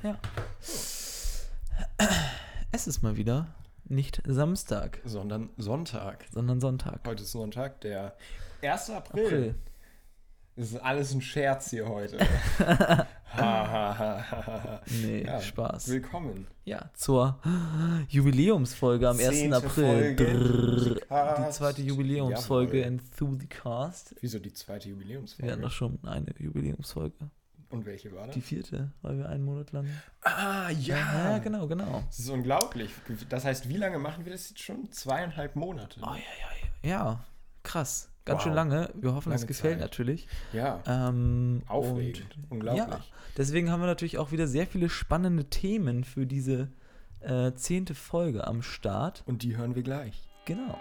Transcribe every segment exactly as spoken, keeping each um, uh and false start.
Ja. Es ist mal wieder nicht Samstag, sondern Sonntag. sondern Sonntag. Heute ist Sonntag, der erste April. April. Das ist alles ein Scherz hier heute. ha, ha, ha, ha. Nee, Ja, Spaß. Willkommen. Ja, zur Jubiläumsfolge am ersten Zehnte April. Folge Drrr, Cast. die zweite Jubiläumsfolge Jawohl. in Through the Cast. Wieso die zweite Wir Jubiläumsfolge? hatten doch schon eine Jubiläumsfolge. Und welche war das? Die vierte, weil wir einen Monat lang... Ah, ja. Ja, genau, genau. Das ist unglaublich. Das heißt, wie lange machen wir das jetzt schon? Zweieinhalb Monate. Oh, ja, ja, ja, krass. Ganz Wow. schön lange. Wir hoffen, es Lange gefällt Zeit. natürlich. Ja. Ähm, Aufregend. und, Unglaublich. Ja, deswegen haben wir natürlich auch wieder sehr viele spannende Themen für diese äh, zehnte Folge am Start. Und die hören wir gleich. Genau.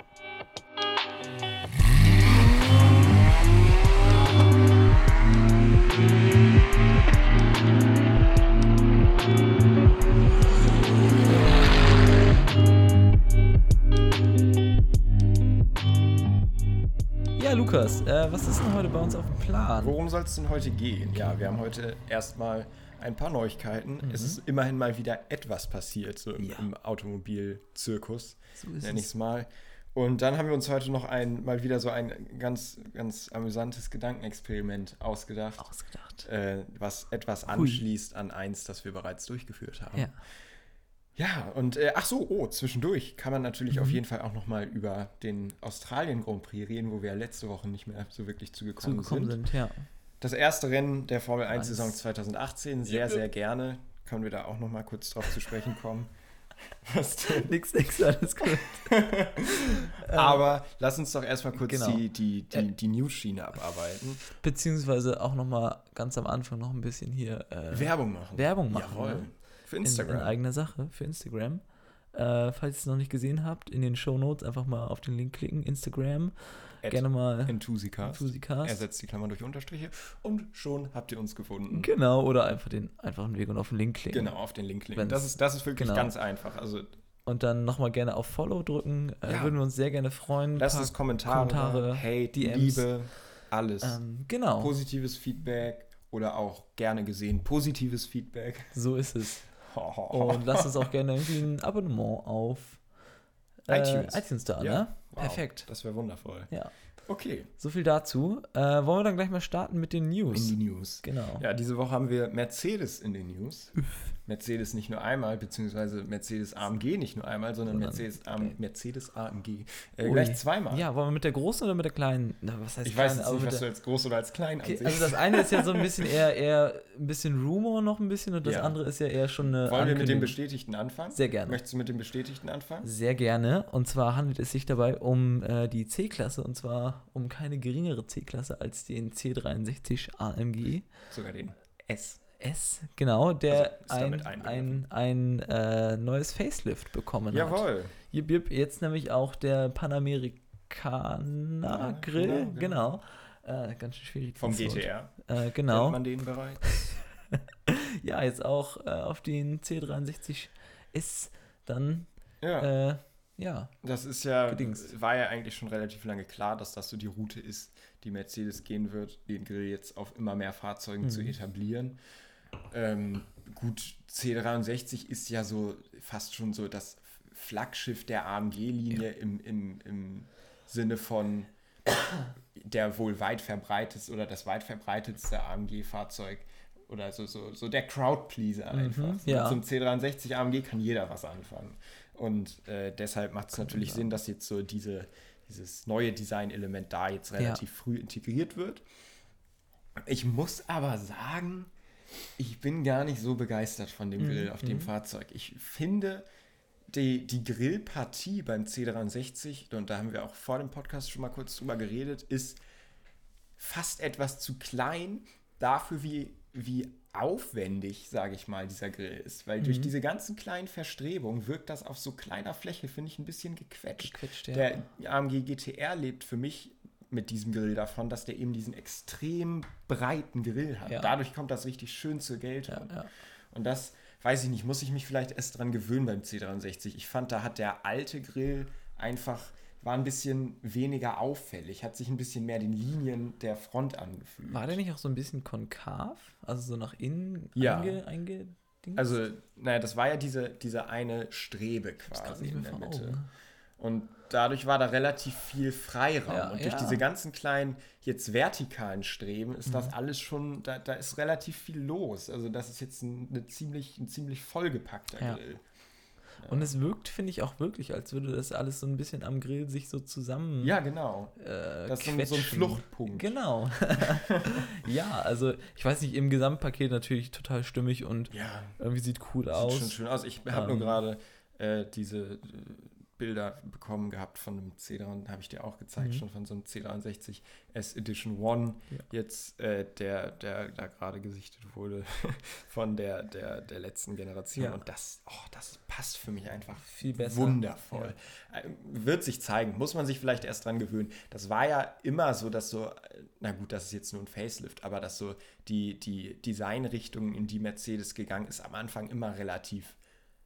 Ja, Lukas, äh, was ist denn heute bei uns auf dem Plan? Worum soll es denn heute gehen? Ja, wir haben heute erstmal ein paar Neuigkeiten. Mhm. Es ist immerhin mal wieder etwas passiert, so im, Ja. im Automobilzirkus, So ist nenne ich es. es mal. Und dann haben wir uns heute noch ein, mal wieder so ein ganz, ganz amüsantes Gedankenexperiment ausgedacht, Ausgedacht. äh, was etwas Hui. anschließt an eins, das wir bereits durchgeführt haben. Ja. Ja, und äh, ach so, oh, zwischendurch kann man natürlich Mhm. auf jeden Fall auch nochmal über den Australien Grand Prix reden, wo wir ja letzte Woche nicht mehr so wirklich zugekommen, Zugekommen sind. sind, ja. Das erste Rennen der Formel eins Eins. Saison zweitausendachtzehn, sehr, Jupp, jupp. sehr gerne. Können wir da auch nochmal kurz drauf zu sprechen kommen. Was denn? Nix, nix, alles gut. Aber lass uns doch erstmal kurz genau. die, die, die, Äh. die News-Schiene abarbeiten. Beziehungsweise auch nochmal ganz am Anfang noch ein bisschen hier äh, Werbung machen. Werbung machen. Jawohl. Ne? Für In, Instagram. in eigener Sache für Instagram. Äh, falls ihr es noch nicht gesehen habt, in den Shownotes einfach mal auf den Link klicken. Instagram. At Gerne mal Enthusiast. Enthusiast. Ersetzt die Klammern durch Unterstriche und schon habt ihr uns gefunden. Genau, oder einfach den einfachen Weg und auf den Link klicken. Genau, auf den Link klicken. Wenn's- Das ist, das ist wirklich genau. ganz einfach. Also Und dann nochmal gerne auf Follow drücken. Äh, Ja. Würden wir uns sehr gerne freuen. lasst Paar uns Kommentare, Kommentare, Hate, D Ms. Liebe, alles. Ähm, genau, Positives Feedback oder auch gerne gesehen positives Feedback. so ist es. Und lasst uns auch gerne irgendwie ein Abonnement auf äh, iTunes. iTunes da, Ja. ne? Wow, Perfekt. Das wäre wundervoll. Ja, Okay, so viel dazu. Äh, wollen wir dann gleich mal starten mit den News? in die News. Genau. Ja, diese Woche haben wir Mercedes in den News. Mercedes nicht nur einmal, beziehungsweise Mercedes A M G nicht nur einmal, sondern Sondern- Mercedes, A M, okay. Mercedes A M G äh, Ui. gleich zweimal. Ja, wollen wir mit der großen oder mit der kleinen? Na, was heißt Ich weiß klein, jetzt aber nicht, mit was du der, als groß oder als klein okay, ansiehst. also das eine ist ja so ein bisschen eher, eher ein bisschen Rumor noch ein bisschen und das Ja. andere ist ja eher schon eine Wollen wir mit dem Ankündigung. Bestätigten anfangen? Sehr gerne. Möchtest du mit dem Bestätigten anfangen? Sehr gerne. Und zwar handelt es sich dabei um äh, die C-Klasse und zwar um keine geringere C-Klasse als den C dreiundsechzig A M G Sogar den S. S, genau, der Also ist ein, damit ein, einbegriffen. ein äh, neues Facelift bekommen hat. Jawohl. Jip, jip, jetzt nämlich auch der Panamericana Ja, Grill, genau, genau. Äh, ganz schön schwierig. Vom das G Wort. T R. Äh, genau. Kennt man den bereits? Ja, jetzt auch äh, auf den C dreiundsechzig S dann, Ja. äh, ja, Das ist ja, Gedingst. war ja eigentlich schon relativ lange klar, dass das so die Route ist, die Mercedes gehen wird, den Grill jetzt auf immer mehr Fahrzeugen Mhm. zu etablieren. Ähm, gut, C dreiundsechzig ist ja so fast schon so das Flaggschiff der A M G-Linie im, im, im Sinne von der wohl weit verbreitetste oder das weit verbreitetste A M G-Fahrzeug oder so, so, so der Crowdpleaser einfach. Mhm, So ja. Mit so einem C dreiundsechzig A M G kann jeder was anfangen. Und äh, deshalb macht es natürlich ja. Sinn, dass jetzt so diese, dieses neue Designelement da jetzt relativ früh integriert wird. Ich muss aber sagen, ich bin gar nicht so begeistert von dem Mhm, Grill auf dem mhm. Fahrzeug. Ich finde, die, die Grillpartie beim C dreiundsechzig, und da haben wir auch vor dem Podcast schon mal kurz drüber geredet, ist fast etwas zu klein dafür, wie, wie aufwendig, sage ich mal, dieser Grill ist. Weil durch Mhm. diese ganzen kleinen Verstrebungen wirkt das auf so kleiner Fläche, finde ich, ein bisschen gequetscht. gequetscht, ja. Der A M G G T R lebt für mich mit diesem Grill davon, dass der eben diesen extrem breiten Grill hat. Ja. Dadurch kommt das richtig schön zur Geltung. ja, ja. Und das, weiß ich nicht, muss ich mich vielleicht erst dran gewöhnen beim C dreiundsechzig. Ich fand, da hat der alte Grill einfach, war ein bisschen weniger auffällig, hat sich ein bisschen mehr den Linien der Front angefühlt. War der nicht auch so ein bisschen konkav? Also so nach innen Ja. einge, einge Dings? Also, naja, das war ja diese, diese eine Strebe Ich hab's grad quasi nicht in mehr der vor Mitte. Augen. Und dadurch war da relativ viel Freiraum. Ja, und durch ja. diese ganzen kleinen, jetzt vertikalen Streben ist das Mhm. alles schon, da, da ist relativ viel los. Also das ist jetzt ein, eine ziemlich, ein ziemlich vollgepackter Ja. Grill. Und es wirkt, finde ich, auch wirklich, als würde das alles so ein bisschen am Grill sich so zusammen Ja, genau. äh, Das ist so ein, so ein quetschen. Fluchtpunkt. Genau. Ja, also ich weiß nicht, im Gesamtpaket natürlich total stimmig und Ja, irgendwie sieht cool sieht aus. schon schön aus. Ich habe nur Ähm, gerade äh, diese äh, Bilder bekommen gehabt von einem C dreiundsechzig, habe ich dir auch gezeigt, Mhm. schon von so einem C dreiundsechzig S Edition One, Ja. jetzt äh, der, der da gerade gesichtet wurde von der, der, der letzten Generation. Ja. Und das, oh, das passt für mich einfach Viel besser. wundervoll. Äh, Wird sich zeigen, muss man sich vielleicht erst dran gewöhnen. Das war ja immer so, dass so, äh, na gut, das ist jetzt nur ein Facelift, aber dass so die, die Designrichtungen, in die Mercedes gegangen ist, am Anfang immer relativ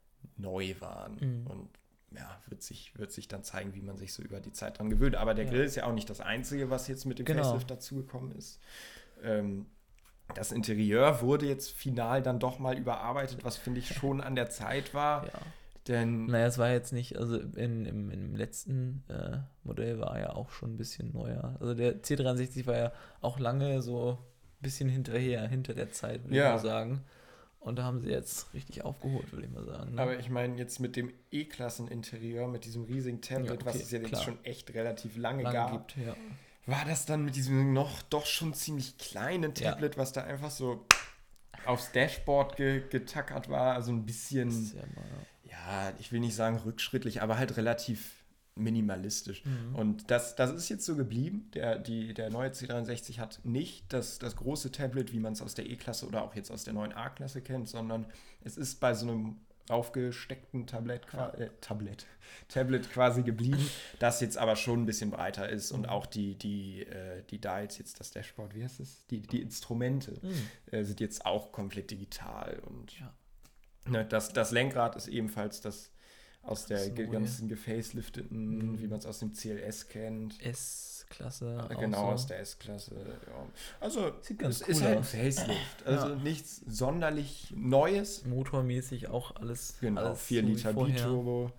neu waren. Mhm. Und ja, wird sich, wird sich dann zeigen, wie man sich so über die Zeit dran gewöhnt. Aber der Ja. Grill ist ja auch nicht das Einzige, was jetzt mit dem Genau. Facelift dazugekommen ist. Ähm, das Interieur wurde jetzt final dann doch mal überarbeitet, was finde ich schon an der Zeit war. Ja. Denn Naja, es war jetzt nicht, also in, im, im letzten äh, Modell war ja auch schon ein bisschen neuer. Also der C dreiundsechzig war ja auch lange so ein bisschen hinterher, hinter der Zeit, würde Ja. ich mal sagen. Und da haben sie jetzt richtig aufgeholt, würde ich mal sagen. Ne? aber ich meine, jetzt mit dem E-Klassen-Interieur, mit diesem riesigen Tablet, Ja, okay, was es ja jetzt klar. schon echt relativ lange, Lange gab, gibt, ja. war das dann mit diesem noch doch schon ziemlich kleinen Ja. Tablet, was da einfach so aufs Dashboard ge getackert war, also ein Das bisschen, ist ja mal, ja, ich will nicht sagen rückschrittlich, aber halt relativ minimalistisch. Mhm. Und das, das ist jetzt so geblieben. Der, die, der neue C dreiundsechzig hat nicht das, das große Tablet, wie man es aus der E-Klasse oder auch jetzt aus der neuen A-Klasse kennt, sondern es ist bei so einem aufgesteckten Tablet, qua- äh, Tablet, Tablet quasi geblieben, das jetzt aber schon ein bisschen breiter ist und Mhm. auch die, die, äh, die Dials, jetzt das Dashboard, wie heißt es? Die, die Instrumente Mhm. äh, sind jetzt auch komplett digital und Ja. ne, das, das Lenkrad ist ebenfalls das aus der Das ge neue. ganzen gefacelifteten, Mhm. wie man es aus dem C L S kennt. S-Klasse. auch Genau, so. aus der S-Klasse. Ja. Also, Sieht ganz es ist cool halt ein aus. Facelift. Also Ja. nichts sonderlich Neues. Motormäßig auch alles. Genau, alles vier so wie Liter vorher. Biturbo.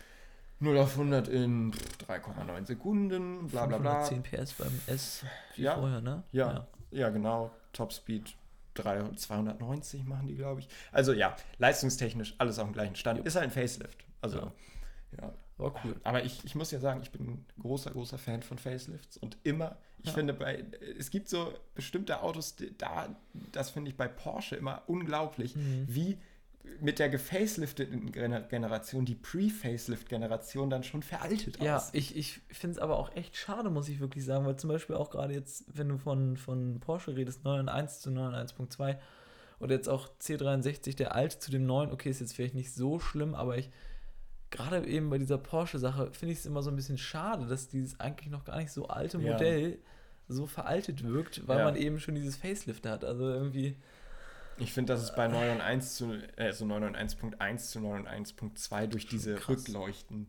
null auf hundert in drei Komma neun Sekunden, bla bla bla. fünfhundertzehn P S beim S wie Ja. vorher, ne? Ja, ja, genau. Topspeed dreihundert, zweihundertneunzig machen die, glaube ich. Also ja, leistungstechnisch alles auf dem gleichen Stand. Jo. Ist halt ein Facelift. Also, Ja. ja. War cool. Aber ich, ich muss ja sagen, ich bin ein großer, großer Fan von Facelifts. Und immer, ich Ja. finde, bei es gibt so bestimmte Autos, die- da, das finde ich bei Porsche immer unglaublich, Mhm. wie mit der gefacelifteten Gener- Generation die Pre-Facelift-Generation dann schon veraltet Ja, aussieht. ich, ich finde es aber auch echt schade, muss ich wirklich sagen, weil zum Beispiel auch gerade jetzt, wenn du von, von Porsche redest, neun Punkt eins zu neun Punkt eins Punkt zwei oder jetzt auch C dreiundsechzig, der alte zu dem neuen, okay, ist jetzt vielleicht nicht so schlimm, aber ich, gerade eben bei dieser Porsche-Sache, finde ich es immer so ein bisschen schade, dass dieses eigentlich noch gar nicht so alte Ja. Modell so veraltet wirkt, weil Ja. man eben schon dieses Facelift hat. Also irgendwie, Ich finde, dass es bei neun Punkt eins zu, äh, also neun Punkt eins Punkt eins zu neun Punkt eins Punkt zwei durch diese krass. Rückleuchten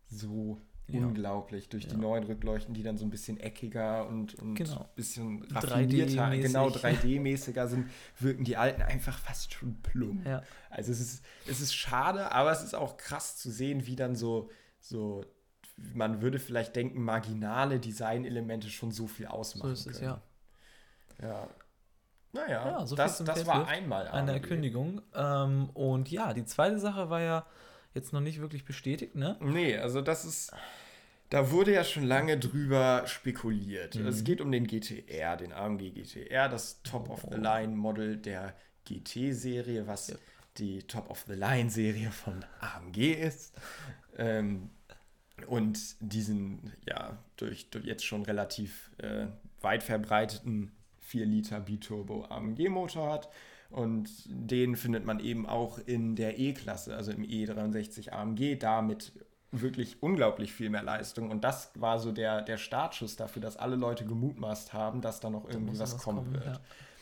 so Ja. unglaublich. Durch die Ja. neuen Rückleuchten, die dann so ein bisschen eckiger und, und Genau. ein bisschen drei D raffinierter, mäßig. genau drei D-mäßiger sind, wirken die alten einfach fast schon plump. ja, Also es ist, es ist schade, aber es ist auch krass zu sehen, wie dann so, so man würde vielleicht denken, marginale Designelemente schon so viel so ausmachen ist es, können. ja. Ja. Naja, Ja, so viel das, zum das war Facelift. einmal Eine A M G. Erkündigung. Ähm, und ja, die zweite Sache war ja jetzt noch nicht wirklich bestätigt, ne? Nee, also das ist, da wurde ja schon lange drüber spekuliert. Mhm. Es geht um den G T R, den A M G G T R, das Top-of-the-Line-Model der G T-Serie, was Ja. die Top-of-the-Line-Serie von A M G ist. Ähm, und diesen, ja, durch, durch jetzt schon relativ äh, weit verbreiteten vier Liter Biturbo A M G-Motor hat. Und den findet man eben auch in der E-Klasse, also im E dreiundsechzig A M G, da mit wirklich unglaublich viel mehr Leistung. Und das war so der, der Startschuss dafür, dass alle Leute gemutmaßt haben, dass da noch Da irgendwie muss was noch kommen wird. ja.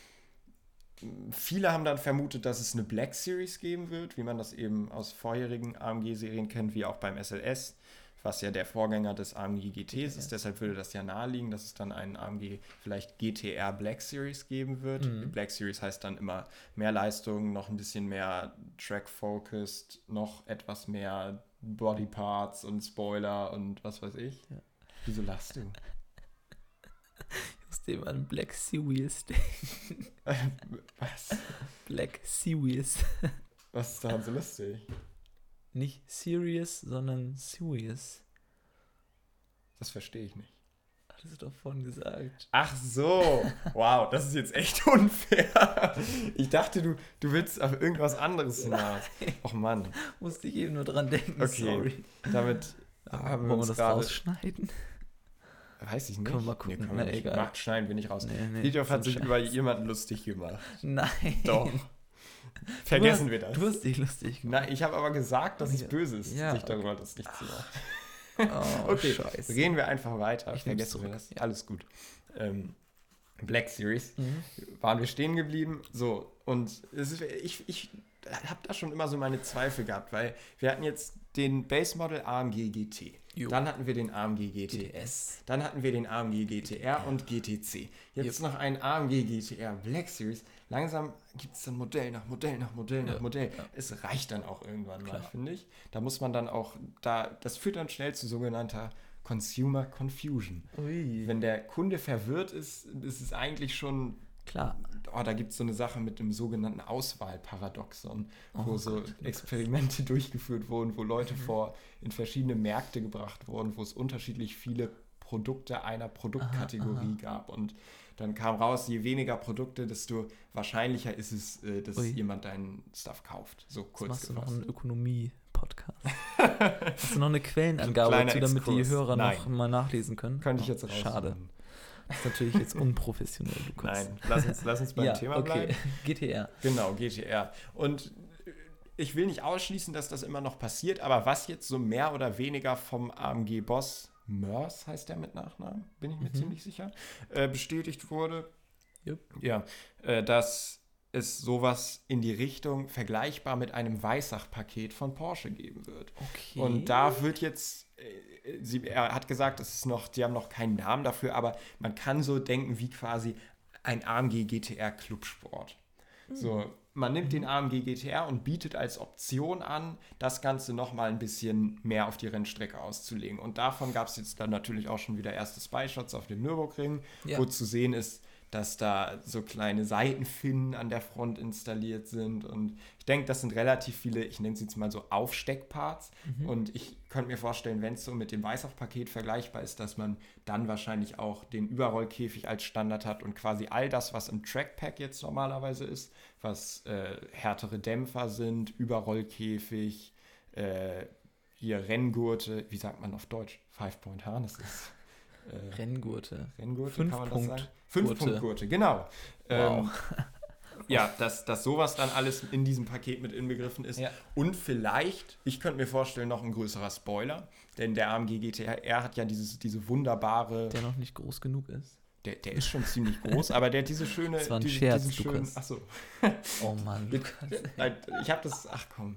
Viele haben dann vermutet, dass es eine Black Series geben wird, wie man das eben aus vorherigen A M G-Serien kennt, wie auch beim S L S. was ja der Vorgänger des A M G G Ts ist. Deshalb würde das ja naheliegen, dass es dann einen A M G vielleicht G T R Black Series geben wird. Mhm. Black Series heißt dann immer mehr Leistung, noch ein bisschen mehr Track-focused, noch etwas mehr Bodyparts und Spoiler und was weiß ich. Ja. Wieso lachst du? Ich muss dem an Black Series denken. Was? Black Series. Was ist daran so lustig? Nicht serious, sondern serious. Das verstehe ich nicht. Hattest du doch vorhin gesagt. Ach so. Wow, das ist jetzt echt unfair. Ich dachte, du, du willst auf irgendwas anderes hinaus. Och Mann. Musste ich eben nur dran denken, Okay. sorry. Damit haben wir Wollen wir uns das gerade... rausschneiden? Weiß ich nicht. Können wir mal gucken. Nee, können Na, wir nicht. egal. Macht, schneiden wir nicht raus. Nee, nee, Friedhof hat zum sich Scheiß. über jemanden lustig gemacht. Nein. Doch. Vergessen du wir hast, das. Du hast dich lustig gemacht. Na, ich habe aber gesagt, dass es Ja. böse ist, Ja, sich okay. darüber lustig zu machen. Oh, Okay, scheiße. gehen wir einfach weiter. Ich nehm's Vergessen wir zurück. das. Alles gut. Ähm, Black Series. Mhm. Waren wir stehen geblieben. So, und es ist, ich, ich habe da schon immer so meine Zweifel gehabt, weil wir hatten jetzt den Base Model A M G G T. Jo. Dann hatten wir den A M G G T G T S. S. Dann hatten wir den A M G G T R und G T C. Jetzt noch ein A M G G T R Black Series. Langsam gibt es dann Modell nach Modell nach Modell nach Ja. Modell. Ja. Es reicht dann auch irgendwann mal, Klar. finde ich. Da muss man dann auch, da das führt dann schnell zu sogenannter Consumer Confusion. Ui. Wenn der Kunde verwirrt ist, ist es eigentlich schon, Klar. oh, da gibt es so eine Sache mit dem sogenannten Auswahlparadoxon, wo Oh so Gott, was? Experimente durchgeführt wurden, wo Leute vor in verschiedene Märkte gebracht wurden, wo es unterschiedlich viele Produkte einer Produktkategorie Aha, gab. Und dann kam raus, je weniger Produkte, desto wahrscheinlicher ist es, äh, dass Ui. jemand deinen Stuff kauft. So Jetzt kurz machst du noch gefasst. einen Ökonomie-Podcast. Hast du noch eine Quellenangabe Kleiner dazu, damit die Exkurs. Hörer Nein. noch mal nachlesen können? Könnte ich Oh, jetzt raus. Schade. Das ist natürlich jetzt unprofessionell. Du kannst. Nein, lass uns, lass uns beim ja, Thema okay. bleiben. G T R. Genau, G T R. Und ich will nicht ausschließen, dass das immer noch passiert, aber was jetzt so mehr oder weniger vom A M G-Boss, Mörs heißt der mit Nachnamen, bin ich mir Mhm. ziemlich sicher, äh, bestätigt wurde, Jupp. ja, äh, dass es sowas in die Richtung vergleichbar mit einem Weissach-Paket von Porsche geben wird. Okay. Und da wird jetzt, äh, sie, er hat gesagt, es ist noch, die haben noch keinen Namen dafür, aber man kann so denken wie quasi ein A M G G T R Clubsport. So, man nimmt den A M G G T R und bietet als Option an, das Ganze nochmal ein bisschen mehr auf die Rennstrecke auszulegen. Und davon gab es jetzt dann natürlich auch schon wieder erste Spy-Shots auf dem Nürburgring, Ja. wo zu sehen ist, dass da so kleine Seitenfinnen an der Front installiert sind. Und ich denke, das sind relativ viele, ich nenne es jetzt mal so Aufsteckparts. Mhm. Und ich könnte mir vorstellen, wenn es so mit dem Weißach-Paket vergleichbar ist, dass man dann wahrscheinlich auch den Überrollkäfig als Standard hat und quasi all das, was im Trackpack jetzt normalerweise ist, was äh, härtere Dämpfer sind, Überrollkäfig, äh, hier Renngurte, wie sagt man auf Deutsch? Five-Point-Harnesses. Äh, Renngurte. Renngurte, Fünf kann man Punkt das sagen? Fünf-Punkt-Gurte, genau. Wow. Ähm, ja, dass, dass sowas dann alles in diesem Paket mit inbegriffen ist. Ja. Und vielleicht, ich könnte mir vorstellen, noch ein größerer Spoiler, denn der A M G G T R hat ja dieses, diese wunderbare, Der noch nicht groß genug ist. der, der ist schon ziemlich groß, aber der hat diese schöne, Das war ein diese, Scherz, diesen schönen, Lukas. achso, Oh Mann. nein, ich habe das, ach komm,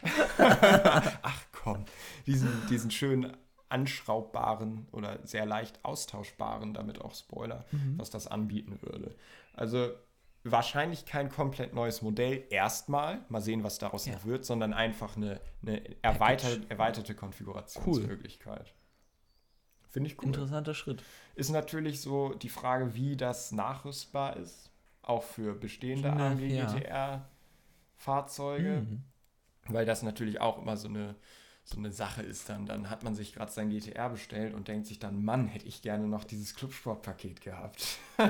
ach komm, diesen, diesen schönen anschraubbaren oder sehr leicht austauschbaren, damit auch Spoiler, Mhm. was das anbieten würde. Also wahrscheinlich kein komplett neues Modell erstmal, mal sehen, was daraus Ja. noch wird, sondern einfach eine, eine erweiterte, erweiterte Konfigurationsmöglichkeit. Finde ich cool. Interessanter Schritt. Ist natürlich so die Frage, wie das nachrüstbar ist, auch für bestehende Ja, A M G G ja. T R-Fahrzeuge, Mhm. weil das natürlich auch immer so eine, so eine Sache ist dann. Dann hat man sich gerade sein G T R bestellt und denkt sich dann, Mann, hätte ich gerne noch dieses Clubsport-Paket gehabt.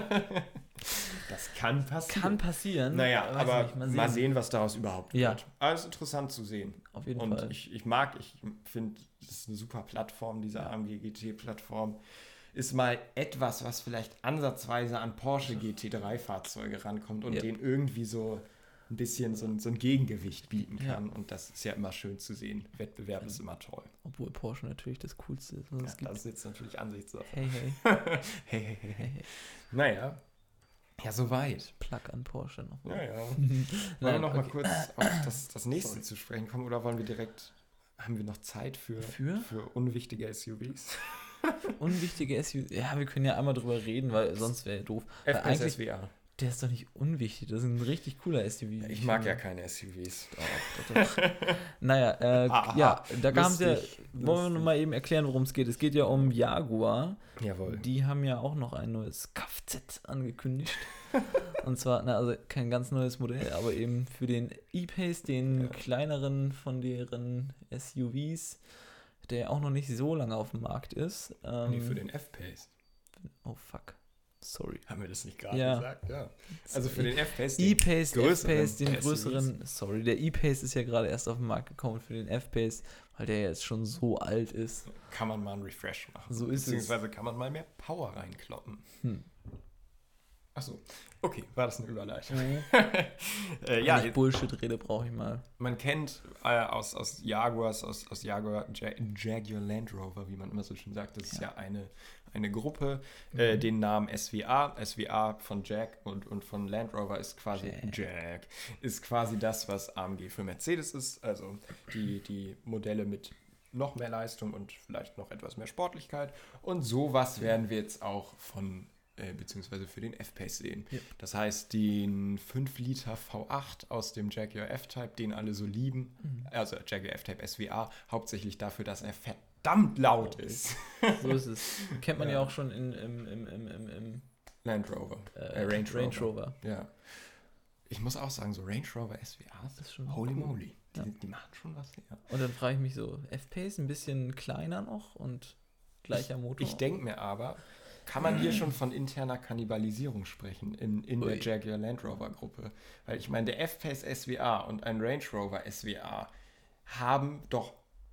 Das kann passieren. Kann passieren. Naja, Weiß aber nicht, mal, sehen. was daraus überhaupt Ja. wird. Aber es ist interessant zu sehen. Auf jeden Und Fall. ich, ich mag, ich finde, das ist eine super Plattform, diese Ja. A M G G T-Plattform. Ist mal etwas, was vielleicht ansatzweise an Porsche G T drei Fahrzeuge rankommt und Ja. denen irgendwie so ein bisschen so ein, so ein Gegengewicht bieten Ja. kann. Und das ist ja immer schön zu sehen. Wettbewerb ist immer toll. Obwohl Porsche natürlich das Coolste ist, was Ja, es gibt. das ist jetzt natürlich Ansichtssache. Hey, hey. Hey, hey, hey, hey, hey. hey. Naja. Ja, soweit. Plug an Porsche noch. Ja, ja. Wollen wir Nein, noch mal okay. kurz auf das, das nächste zu sprechen kommen oder wollen wir direkt... haben wir noch Zeit für, Für? für unwichtige S U Vs? Unwichtige S U Vs. Ja, wir können ja einmal drüber reden, weil sonst wäre doof. Weil F P S eigentlich, S W A. der ist doch nicht unwichtig. Das ist ein richtig cooler S U V. Ich Ich mag finde. ja keine S U Vs. Doch, doch, doch. Naja, äh, Aha, ja, da kam es ja. lustig, Wollen wir lustig. noch mal eben erklären, worum es geht? Es geht ja um Jaguar. Jawohl. Die haben ja auch noch ein neues Kfz angekündigt. Und zwar, na, also kein ganz neues Modell, aber eben für den E-Pace, den Ja. kleineren von deren S U Vs, der ja auch noch nicht so lange auf dem Markt ist. Ähm, Nee, für den F-Pace. oh fuck. Sorry. Haben wir das nicht gerade Ja. gesagt? Ja. Also für den F-Pace. den E-Pace, größeren F-Pace, den S U Vs. größeren, sorry, der E-Pace ist ja gerade erst auf den Markt gekommen für den F-Pace, weil der jetzt schon so alt ist. Kann man mal einen Refresh machen. So ist es. Beziehungsweise kann man mal mehr Power reinkloppen. Hm. Achso. Okay, war das eine Überleitung? Mhm. äh, Ja, ja, ich Bullshit-Rede brauche ich mal. man kennt äh, aus, aus Jaguars, aus, aus Jaguar, Ja- Jaguar Land Rover, wie man immer so schön sagt, das ist Ja. ja eine, eine Gruppe, äh, Mhm. den Namen S W A, S W A von Jag und, und von Land Rover ist quasi, Jag. Jag, ist quasi das, was A M G für Mercedes ist, also die, die Modelle mit noch mehr Leistung und vielleicht noch etwas mehr Sportlichkeit und sowas werden wir jetzt auch von äh, beziehungsweise für den F-Pace sehen. Ja. Das heißt, den fünf Liter V acht aus dem Jaguar F-Type, den alle so lieben, Mhm. also Jaguar F-Type S W A, hauptsächlich dafür, dass er verdammt laut ist. So ist es. Kennt man ja, Ja. auch schon in, im, im, im, im, im Land Rover, äh, äh, Range Rover. Range Rover. Ja. Ich muss auch sagen, so Range Rover S W As, Das ist schon holy cool. moly, die, Ja. die machen schon was her. Und dann frage ich mich so, F-Pace ein bisschen kleiner noch und gleicher Motor. Ich denke mir aber, kann man hier schon von interner Kannibalisierung sprechen in, in der Ui. Jaguar Land Rover Gruppe? Weil ich meine, der F-Pace S W A und ein Range Rover S W A haben doch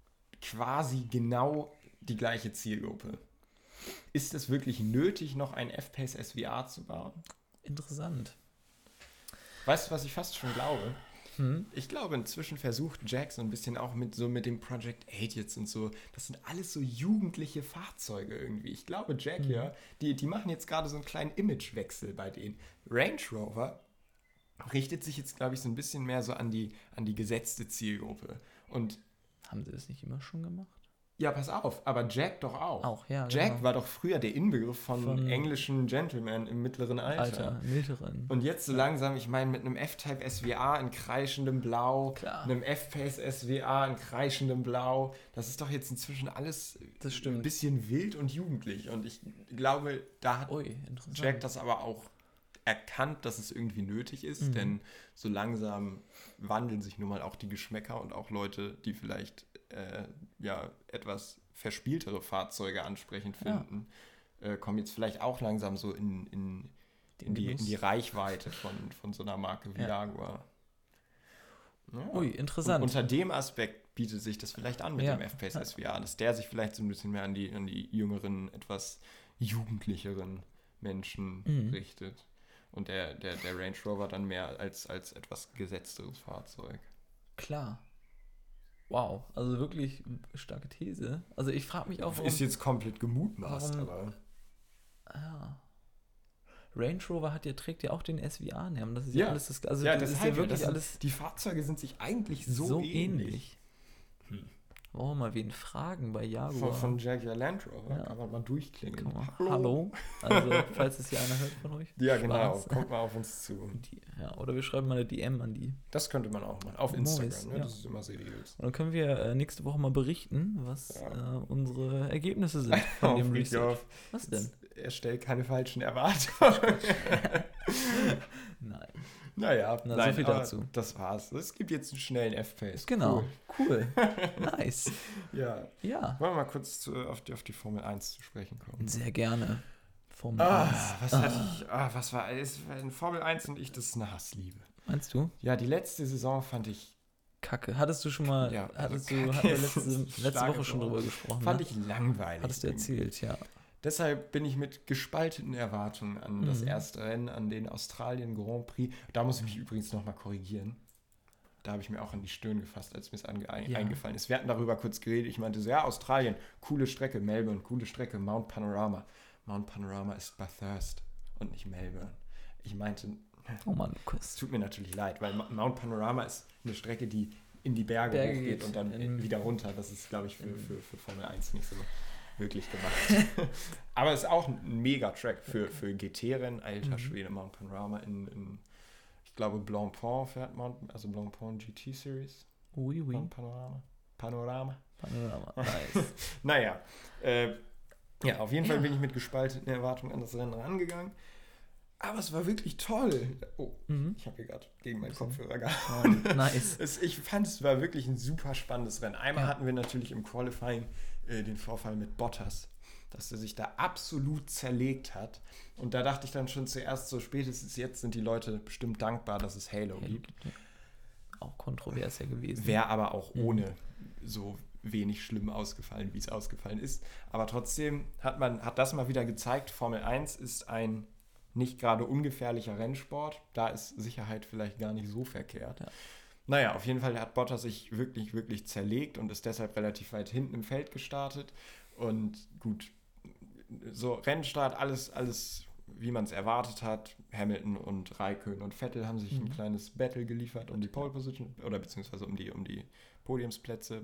quasi genau die gleiche Zielgruppe. Ist es wirklich nötig, noch ein F-Pace S W A zu bauen? Interessant. Weißt du, was ich fast schon glaube? Hm? Ich glaube, inzwischen versucht Jag so ein bisschen auch mit so mit dem Project eight jetzt und so. Das sind alles so jugendliche Fahrzeuge irgendwie. Ich glaube, Jag Mhm. ja, die, die machen jetzt gerade so einen kleinen Imagewechsel bei denen. Range Rover richtet sich jetzt, glaube ich, so ein bisschen mehr so an die, an die gesetzte Zielgruppe. Und Haben sie das nicht immer schon gemacht? ja, pass auf, aber Jag doch auch. Auch, ja. Jag genau. war doch früher der Inbegriff von, Von- englischen Gentlemen im mittleren Alter. Alter, mittleren. Und jetzt so langsam, ich meine, mit einem F-Type S W A in kreischendem Blau, Klar. einem F-Pace S W A in kreischendem Blau, das ist doch jetzt inzwischen alles Das ein stimmt. bisschen wild und jugendlich. Und ich glaube, da hat Ui, interessant. Jack das aber auch erkannt, dass es irgendwie nötig ist, Mhm. denn so langsam wandeln sich nun mal auch die Geschmäcker und auch Leute, die vielleicht äh, ja etwas verspieltere Fahrzeuge ansprechend Ja. finden, äh, kommen jetzt vielleicht auch langsam so in, in, Den in, die, in Genuss. die Reichweite von, von so einer Marke wie Ja. Jaguar. Ja. Ui, interessant. Und unter dem Aspekt bietet sich das vielleicht an mit Ja. dem F-Pace Ja. S W A, dass der sich vielleicht so ein bisschen mehr an die, an die jüngeren, etwas jugendlicheren Menschen Mhm. richtet. Und der, der, der Range Rover dann mehr als, als etwas gesetzteres Fahrzeug. Klar. Wow, also wirklich starke These. Also ich frage mich auch, warum... Ist jetzt komplett gemutmaßt, warum- aber Ah. Range Rover hat ja, trägt ja auch den S W A-Namen. Das ist ja, Ja. alles das, also ja, das ist deshalb, ja wirklich das sind, alles die Fahrzeuge sind sich eigentlich so, so, ähnlich. ähnlich. Hm. Wollen wir mal wen fragen bei Von, Jaguar? von Jaguar Land Rover Ja. kann man mal durchklingen. Kann man, hallo. Also, falls es hier einer hört von euch. Ja, genau. Spaß. Kommt mal auf uns zu. Die, ja, oder wir schreiben mal eine D M an die. Das könnte man auch machen. Auf Mois, Instagram, ne? ja. Das ist immer seriös. Und dann können wir äh, nächste Woche mal berichten, was Ja. äh, unsere Ergebnisse sind von dem Auf Research. Research. Was denn? Erstellt keine falschen Erwartungen. Nein. Naja, Na, so nein, viel aber dazu. Das war's. Es gibt jetzt einen schnellen F-Pace. Genau. Cool. Cool. Nice. Ja. Ja. Wollen wir mal kurz zu, auf, die, auf die Formel eins zu sprechen kommen? Sehr gerne. Formel Ah, eins. was hatte ich? Ah, was war es? war in Formel eins und ich, das ist eine Hassliebe. Meinst du? Ja, die letzte Saison fand ich, Kacke. Hattest du schon mal, Ja, also hattest Kacke du, hatten wir ist letzte, ein letzte starkes Woche schon Wort. drüber gesprochen, fand ne? ich langweilig. Hattest du erzählt, ja. Deshalb bin ich mit gespaltenen Erwartungen an das Mhm. erste Rennen, an den Australien Grand Prix. Da muss ich mich übrigens nochmal korrigieren. Da habe ich mir auch an die Stirn gefasst, als mir es ange- ein- Ja. eingefallen ist. Wir hatten darüber kurz geredet. Ich meinte so, ja, Australien, coole Strecke, Melbourne, coole Strecke, Mount Panorama. Mount Panorama ist Bathurst und nicht Melbourne. Ich meinte, Oh Mann, es Lukas. tut mir natürlich leid, weil Ma- Mount Panorama ist eine Strecke, die in die Berge, Berge hochgeht geht und dann in- wieder runter. Das ist, glaube ich, für, für, für Formel eins nicht so wirklich gemacht. Aber es ist auch ein Mega-Track für, für G T-Rennen. Alter Mhm. Schwede, Mount Panorama in, in, ich glaube, Blancpain fährt Mount, also Blancpain G T Series. Oui, oui. Mount Panorama. Panorama. Panorama. Nice. Naja, äh, ja, auf jeden Fall Ja. bin ich mit gespaltenen Erwartungen an das Rennen rangegangen. Aber es war wirklich toll. Oh, Mhm. ich habe hier gerade gegen meinen Bisschen. Kopfhörer gehauen. Oh, nice. Es, ich fand, es war wirklich ein super spannendes Rennen. Einmal Ja. hatten wir natürlich im Qualifying äh, den Vorfall mit Bottas, dass er sich da absolut zerlegt hat. Und da dachte ich dann schon zuerst, so spätestens jetzt sind die Leute bestimmt dankbar, dass es Halo gibt. Auch kontrovers ja gewesen. Wäre aber auch Mhm. ohne so wenig schlimm ausgefallen, wie es ausgefallen ist. Aber trotzdem hat man hat das mal wieder gezeigt, Formel eins ist ein nicht gerade ungefährlicher Rennsport. Da ist Sicherheit vielleicht gar nicht so verkehrt. Ja. Naja, auf jeden Fall hat Bottas sich wirklich, wirklich zerlegt und ist deshalb relativ weit hinten im Feld gestartet. Und gut, so Rennstart, alles, alles wie man es erwartet hat. Hamilton und Räikkönen und Vettel haben sich Mhm. ein kleines Battle geliefert um die Pole Position oder beziehungsweise um die, um die Podiumsplätze.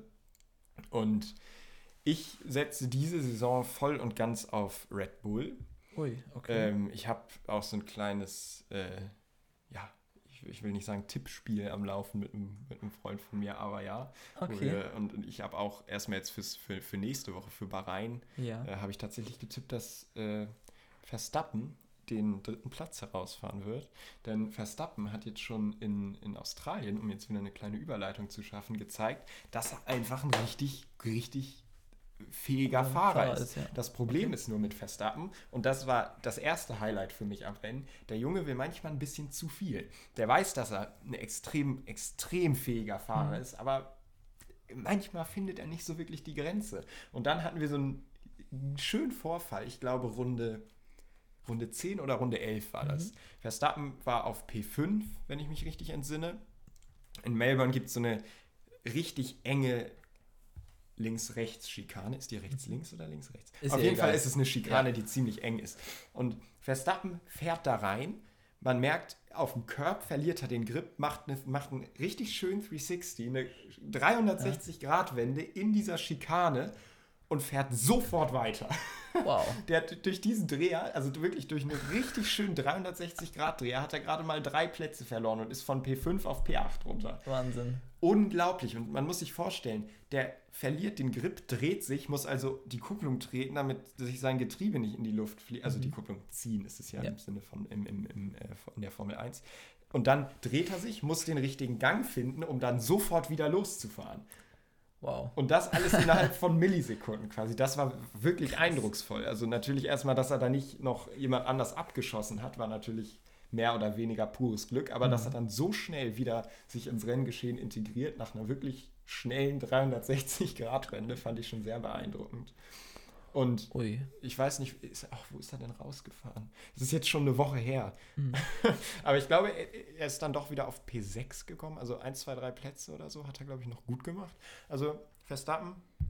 Und ich setze diese Saison voll und ganz auf Red Bull. Ui, okay. Ähm, ich habe auch so ein kleines, äh, ja, ich, ich will nicht sagen Tippspiel am Laufen mit einem, mit einem Freund von mir, aber ja. Wo okay. wir, und, und ich habe auch erstmal jetzt fürs, für, für nächste Woche, für Bahrain, Ja. äh, habe ich tatsächlich getippt, dass äh, Verstappen den dritten Platz herausfahren wird. Denn Verstappen hat jetzt schon in, in Australien, um jetzt wieder eine kleine Überleitung zu schaffen, gezeigt, dass er einfach ein richtig, richtig fähiger Ja, Fahrer Fahrer ist. ist, ja. Das Problem ist nur mit Verstappen, und das war das erste Highlight für mich am Rennen, der Junge will manchmal ein bisschen zu viel. Der weiß, dass er ein extrem, extrem fähiger Fahrer Mhm. ist, aber manchmal findet er nicht so wirklich die Grenze. Und dann hatten wir so einen schönen Vorfall, ich glaube Runde, Runde zehn oder Runde elf war das. Mhm. Verstappen war auf P fünf, wenn ich mich richtig entsinne. In Melbourne gibt es so eine richtig enge Links-Rechts-Schikane. Ist die rechts-links oder links-rechts? Ist Auf ja jeden egal. Fall ist es eine Schikane, Ja. die ziemlich eng ist. Und Verstappen fährt da rein. Man merkt, auf dem Curb verliert er den Grip, macht, eine, macht einen richtig schönen dreihundertsechzig, eine dreihundertsechzig-Grad-Wende in dieser Schikane und fährt sofort weiter. Wow. Der hat durch diesen Dreher, also wirklich durch einen richtig schönen dreihundertsechzig-Grad-Dreher, hat er gerade mal drei Plätze verloren und ist von P fünf auf P acht runter. Wahnsinn. Unglaublich. Und man muss sich vorstellen, der verliert den Grip, dreht sich, muss also die Kupplung treten, damit sich sein Getriebe nicht in die Luft fliegt. Also Mhm. die Kupplung ziehen ist es ja, Ja. im Sinne von im, im, im, äh, in der Formel eins. Und dann dreht er sich, muss den richtigen Gang finden, um dann sofort wieder loszufahren. Wow. Und das alles innerhalb von Millisekunden quasi. Das war wirklich eindrucksvoll. Also natürlich erstmal, dass er da nicht noch jemand anders abgeschossen hat, war natürlich mehr oder weniger pures Glück. Aber Mhm. dass er dann so schnell wieder sich ins Renngeschehen integriert, nach einer wirklich schnellen dreihundertsechzig-Grad-Wende, fand ich schon sehr beeindruckend. Und Ui. ich weiß nicht, ist, ach, wo ist er denn rausgefahren? Das ist jetzt schon eine Woche her. Mhm. Aber ich glaube, er, er ist dann doch wieder auf P sechs gekommen. Also eins, zwei, drei Plätze oder so hat er, glaube ich, noch gut gemacht. Also Verstappen,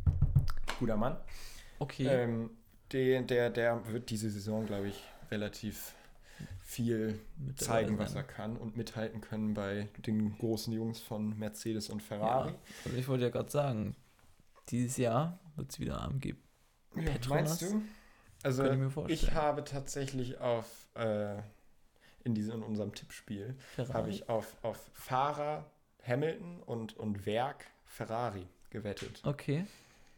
guter Mann. Okay. Ähm, der, der, der wird diese Saison, glaube ich, relativ viel Mit dabei zeigen, was sein. er kann und mithalten können bei den großen Jungs von Mercedes und Ferrari. Ja. Also ich wollte ja gerade sagen, dieses Jahr wird es wieder A M G. Ja, Petronas? meinst du? Also Könnte ich mir ich, vorstellen. habe tatsächlich auf äh, in, diesem, in unserem Tippspiel Ferrari. habe ich auf, auf Fahrer Hamilton und, und Werk Ferrari gewettet. Okay.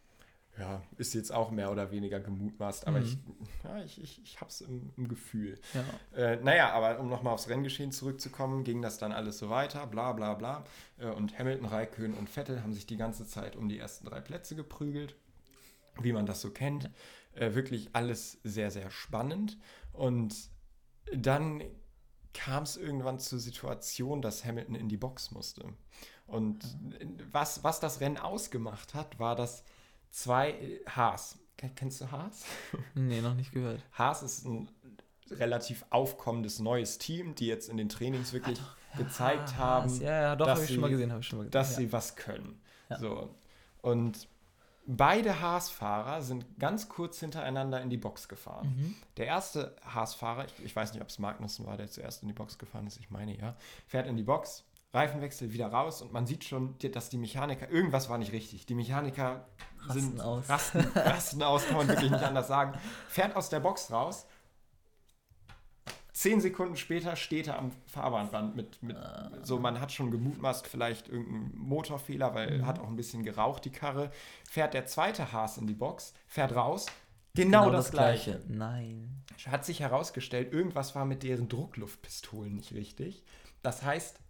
Ja, ist jetzt auch mehr oder weniger gemutmaßt, aber Mhm. ich, ja, ich, ich, ich habe es im, im Gefühl. Ja. Äh, naja, aber um nochmal aufs Renngeschehen zurückzukommen, ging das dann alles so weiter, bla bla bla. Äh, und Hamilton, Räikkönen und Vettel haben sich die ganze Zeit um die ersten drei Plätze geprügelt, wie man das so kennt. Äh, wirklich alles sehr, sehr spannend. Und dann kam es irgendwann zur Situation, dass Hamilton in die Box musste. Und was, was das Rennen ausgemacht hat, war, dass zwei Haas. Kennst du Haas? Nee, noch nicht gehört. Haas ist ein relativ aufkommendes neues Team, die jetzt in den Trainings wirklich gezeigt Ah, haben, Ja, ja, doch, dass habe ich sie- schon mal gesehen, habe ich schon mal gesehen. dass ja. sie was können. Ja. So. Und beide Haas-Fahrer sind ganz kurz hintereinander in die Box gefahren. Mhm. Der erste Haas-Fahrer, ich, ich weiß nicht, ob es Magnussen war, der zuerst in die Box gefahren ist, ich meine ja, fährt in die Box, Reifenwechsel, wieder raus und man sieht schon, dass die Mechaniker, irgendwas war nicht richtig. Die Mechaniker Rasten sind aus. Rasten, rasten aus, kann man wirklich nicht anders sagen. Fährt aus der Box raus. Zehn Sekunden später steht er am Fahrbahnrand mit, mit Ah. so, man hat schon gemutmaßt, vielleicht irgendeinen Motorfehler, weil Mhm. hat auch ein bisschen geraucht, die Karre. Fährt der zweite Haas in die Box, fährt raus, genau, das, Gleiche. Nein. Hat sich herausgestellt, irgendwas war mit deren Druckluftpistolen nicht richtig. Das heißt,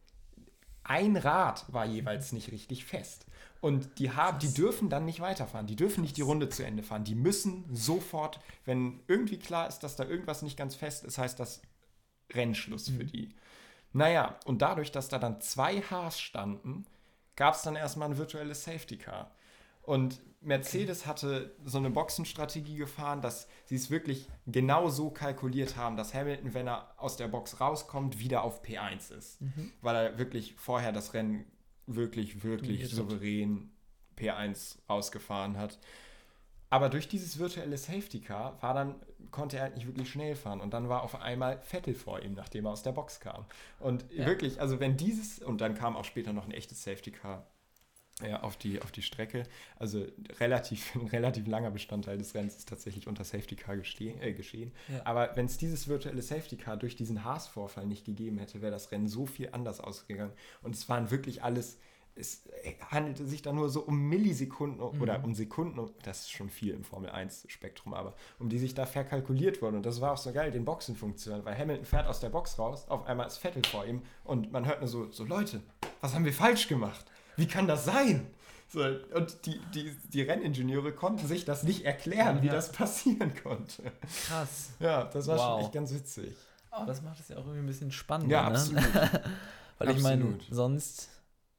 ein Rad war jeweils nicht richtig fest. Und die, haben, die dürfen dann nicht weiterfahren. Die dürfen nicht die Runde zu Ende fahren. Die müssen sofort, wenn irgendwie klar ist, dass da irgendwas nicht ganz fest ist, heißt das Rennschluss für die. Naja, und dadurch, dass da dann zwei Haas standen, gab es dann erstmal ein virtuelles Safety Car. Und Mercedes hatte so eine Boxenstrategie gefahren, dass sie es wirklich genau so kalkuliert haben, dass Hamilton, wenn er aus der Box rauskommt, wieder auf P eins ist. Mhm. Weil er wirklich vorher das Rennen wirklich, wirklich Dominiert hat. souverän P eins rausgefahren hat. Aber durch dieses virtuelle Safety Car war dann, konnte er halt nicht wirklich schnell fahren. Und dann war auf einmal Vettel vor ihm, nachdem er aus der Box kam. Und Ja. wirklich, also wenn dieses, und dann kam auch später noch ein echtes Safety Car ja, auf die, auf die Strecke. Also relativ, ein relativ langer Bestandteil des Rennens ist tatsächlich unter Safety Car gestehen, äh, geschehen. Ja. Aber wenn es dieses virtuelle Safety Car durch diesen Haas-Vorfall nicht gegeben hätte, wäre das Rennen so viel anders ausgegangen. Und es waren wirklich alles, es handelte sich da nur so um Millisekunden Mhm. oder um Sekunden, das ist schon viel im Formel eins Spektrum, aber um die sich da verkalkuliert wurden. Und das war auch so geil, den Boxenfunktionen, weil Hamilton fährt aus der Box raus, auf einmal ist Vettel vor ihm und man hört nur so, so Leute, was haben wir falsch gemacht? Wie kann das sein? So, und die, die, die Renningenieure konnten sich das nicht erklären, wie Ja. das passieren konnte. Krass. Ja, das war Wow. schon echt ganz witzig. Aber das macht es ja auch irgendwie ein bisschen spannender, Ja, ne? absolut. Weil ich meine, Absolut. sonst,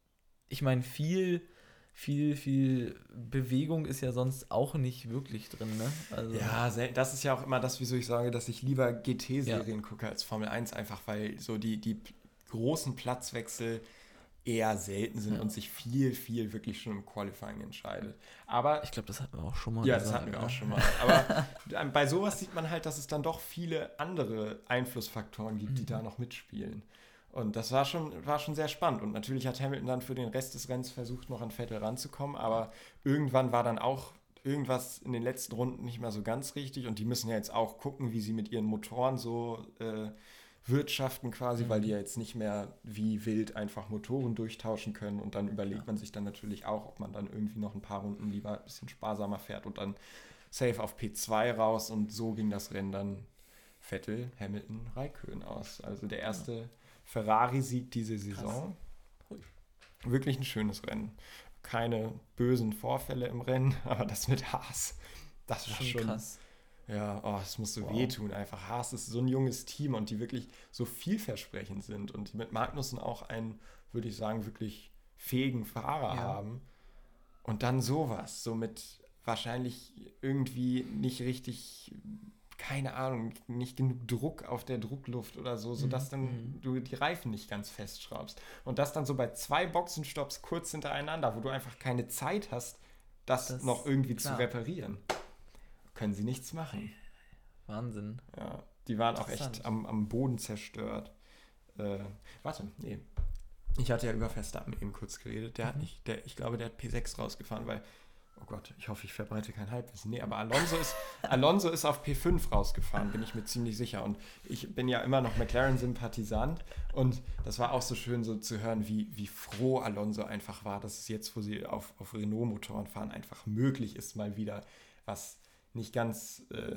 ich meine, viel, viel, viel Bewegung ist ja sonst auch nicht wirklich drin, ne? Also, Ja, sel- das ist ja auch immer das, wieso ich sage, dass ich lieber G T-Serien gucke als Formel eins, einfach weil so die, die p- großen Platzwechsel eher selten sind Ja. und sich viel, viel wirklich schon im Qualifying entscheidet. Aber ich glaube, das hatten wir auch schon mal ja, das gesagt, hatten wir ne? auch schon mal. Aber ähm, bei sowas sieht man halt, dass es dann doch viele andere Einflussfaktoren gibt, die Mhm. da noch mitspielen. Und das war schon, war schon sehr spannend. Und natürlich hat Hamilton dann für den Rest des Rennens versucht, noch an Vettel ranzukommen. Aber irgendwann war dann auch irgendwas in den letzten Runden nicht mehr so ganz richtig. Und die müssen ja jetzt auch gucken, wie sie mit ihren Motoren so äh, wirtschaften quasi, Mhm. weil die ja jetzt nicht mehr wie wild einfach Motoren durchtauschen können. Und dann überlegt Ja. man sich dann natürlich auch, ob man dann irgendwie noch ein paar Runden lieber ein bisschen sparsamer fährt und dann safe auf P zwei raus. Und so ging das Rennen dann Vettel, Hamilton, Räikkönen aus. Also der erste Ferrari-Sieg diese Saison. Hui. Wirklich ein schönes Rennen. Keine bösen Vorfälle im Rennen, aber das mit Haas, das war Schon schon, krass. ja, oh, es muss so Wow. wehtun einfach. Haas ist so ein junges Team und die wirklich so vielversprechend sind und die mit Magnussen auch einen, würde ich sagen, wirklich fähigen Fahrer Ja. haben. Und dann sowas, so mit wahrscheinlich irgendwie nicht richtig, keine Ahnung, nicht genug Druck auf der Druckluft oder so, sodass dann Mhm. du die Reifen nicht ganz festschraubst. Und das dann so bei zwei Boxenstopps kurz hintereinander, wo du einfach keine Zeit hast, das, Das- noch irgendwie klar. zu reparieren. Können sie nichts machen. Wahnsinn. Ja, die waren auch echt Interessant. am, am Boden zerstört. Äh, warte, nee. Ich hatte ja über Verstappen eben kurz geredet. Der hat Mhm. nicht, der, ich glaube, der hat P sechs rausgefahren, weil, oh Gott, ich hoffe, ich verbreite kein Halbwissen. Nee, aber Alonso ist, Alonso ist auf P fünf rausgefahren, bin ich mir ziemlich sicher. Und ich bin ja immer noch McLaren-Sympathisant. Und das war auch so schön, so zu hören, wie, wie froh Alonso einfach war, dass es jetzt, wo sie auf, auf Renault-Motoren fahren, einfach möglich ist, mal wieder was nicht ganz äh,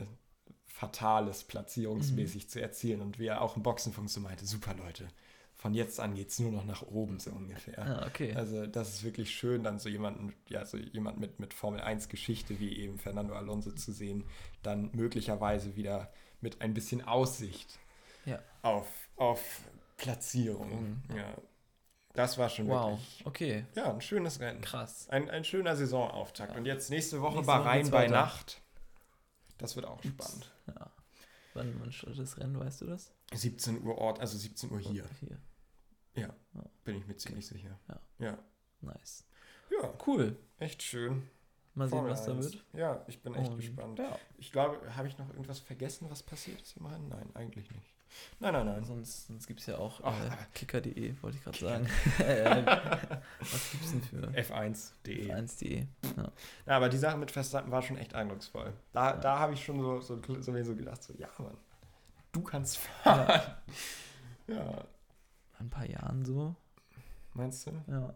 Fatales platzierungsmäßig zu erzielen. Und wie er auch im Boxenfunk so meinte, super Leute, von jetzt an geht es nur noch nach oben, so ungefähr. Ah, okay. Also das ist wirklich schön, dann so jemanden, ja, so jemand mit, mit Formel eins Geschichte wie eben Fernando Alonso zu sehen, dann möglicherweise wieder mit ein bisschen Aussicht Ja. auf, auf Platzierung. Mhm. Ja. Das war schon Wow. wirklich, Okay. ja, ein schönes Rennen. Krass. Ein, ein schöner Saisonauftakt. Ja. Und jetzt nächste Woche Nächste Woche Bahrain geht's bei weiter. Nacht. Das wird auch spannend. Ja. Wann, wann startet das Rennen, weißt du das? siebzehn Uhr Ort, also siebzehn Uhr hier. Hier. Ja, Ja. bin ich mir ziemlich sicher. Ja. Ja. Nice. Ja, Cool. echt schön. Mal sehen, Formel was da eins. wird. Ja, ich bin echt Und, gespannt. Ja. Ich glaube, habe ich noch irgendwas vergessen, was passiert ist im Rennen? Nein, eigentlich nicht. Nein, nein, nein. Sonst, sonst gibt es ja auch Ach, äh, aber- kicker punkt de, wollte ich gerade sagen. Äh, Was gibt es denn für F eins punkt de. F eins punkt de? Ja. Ja, aber die Sache mit Verstappen war schon echt eindrucksvoll. Da, Ja. da habe ich schon so, so, so, so gedacht, so, ja, Mann, du kannst fahren. Ja. Ja, Nach ein paar Jahren so. meinst du? Ja.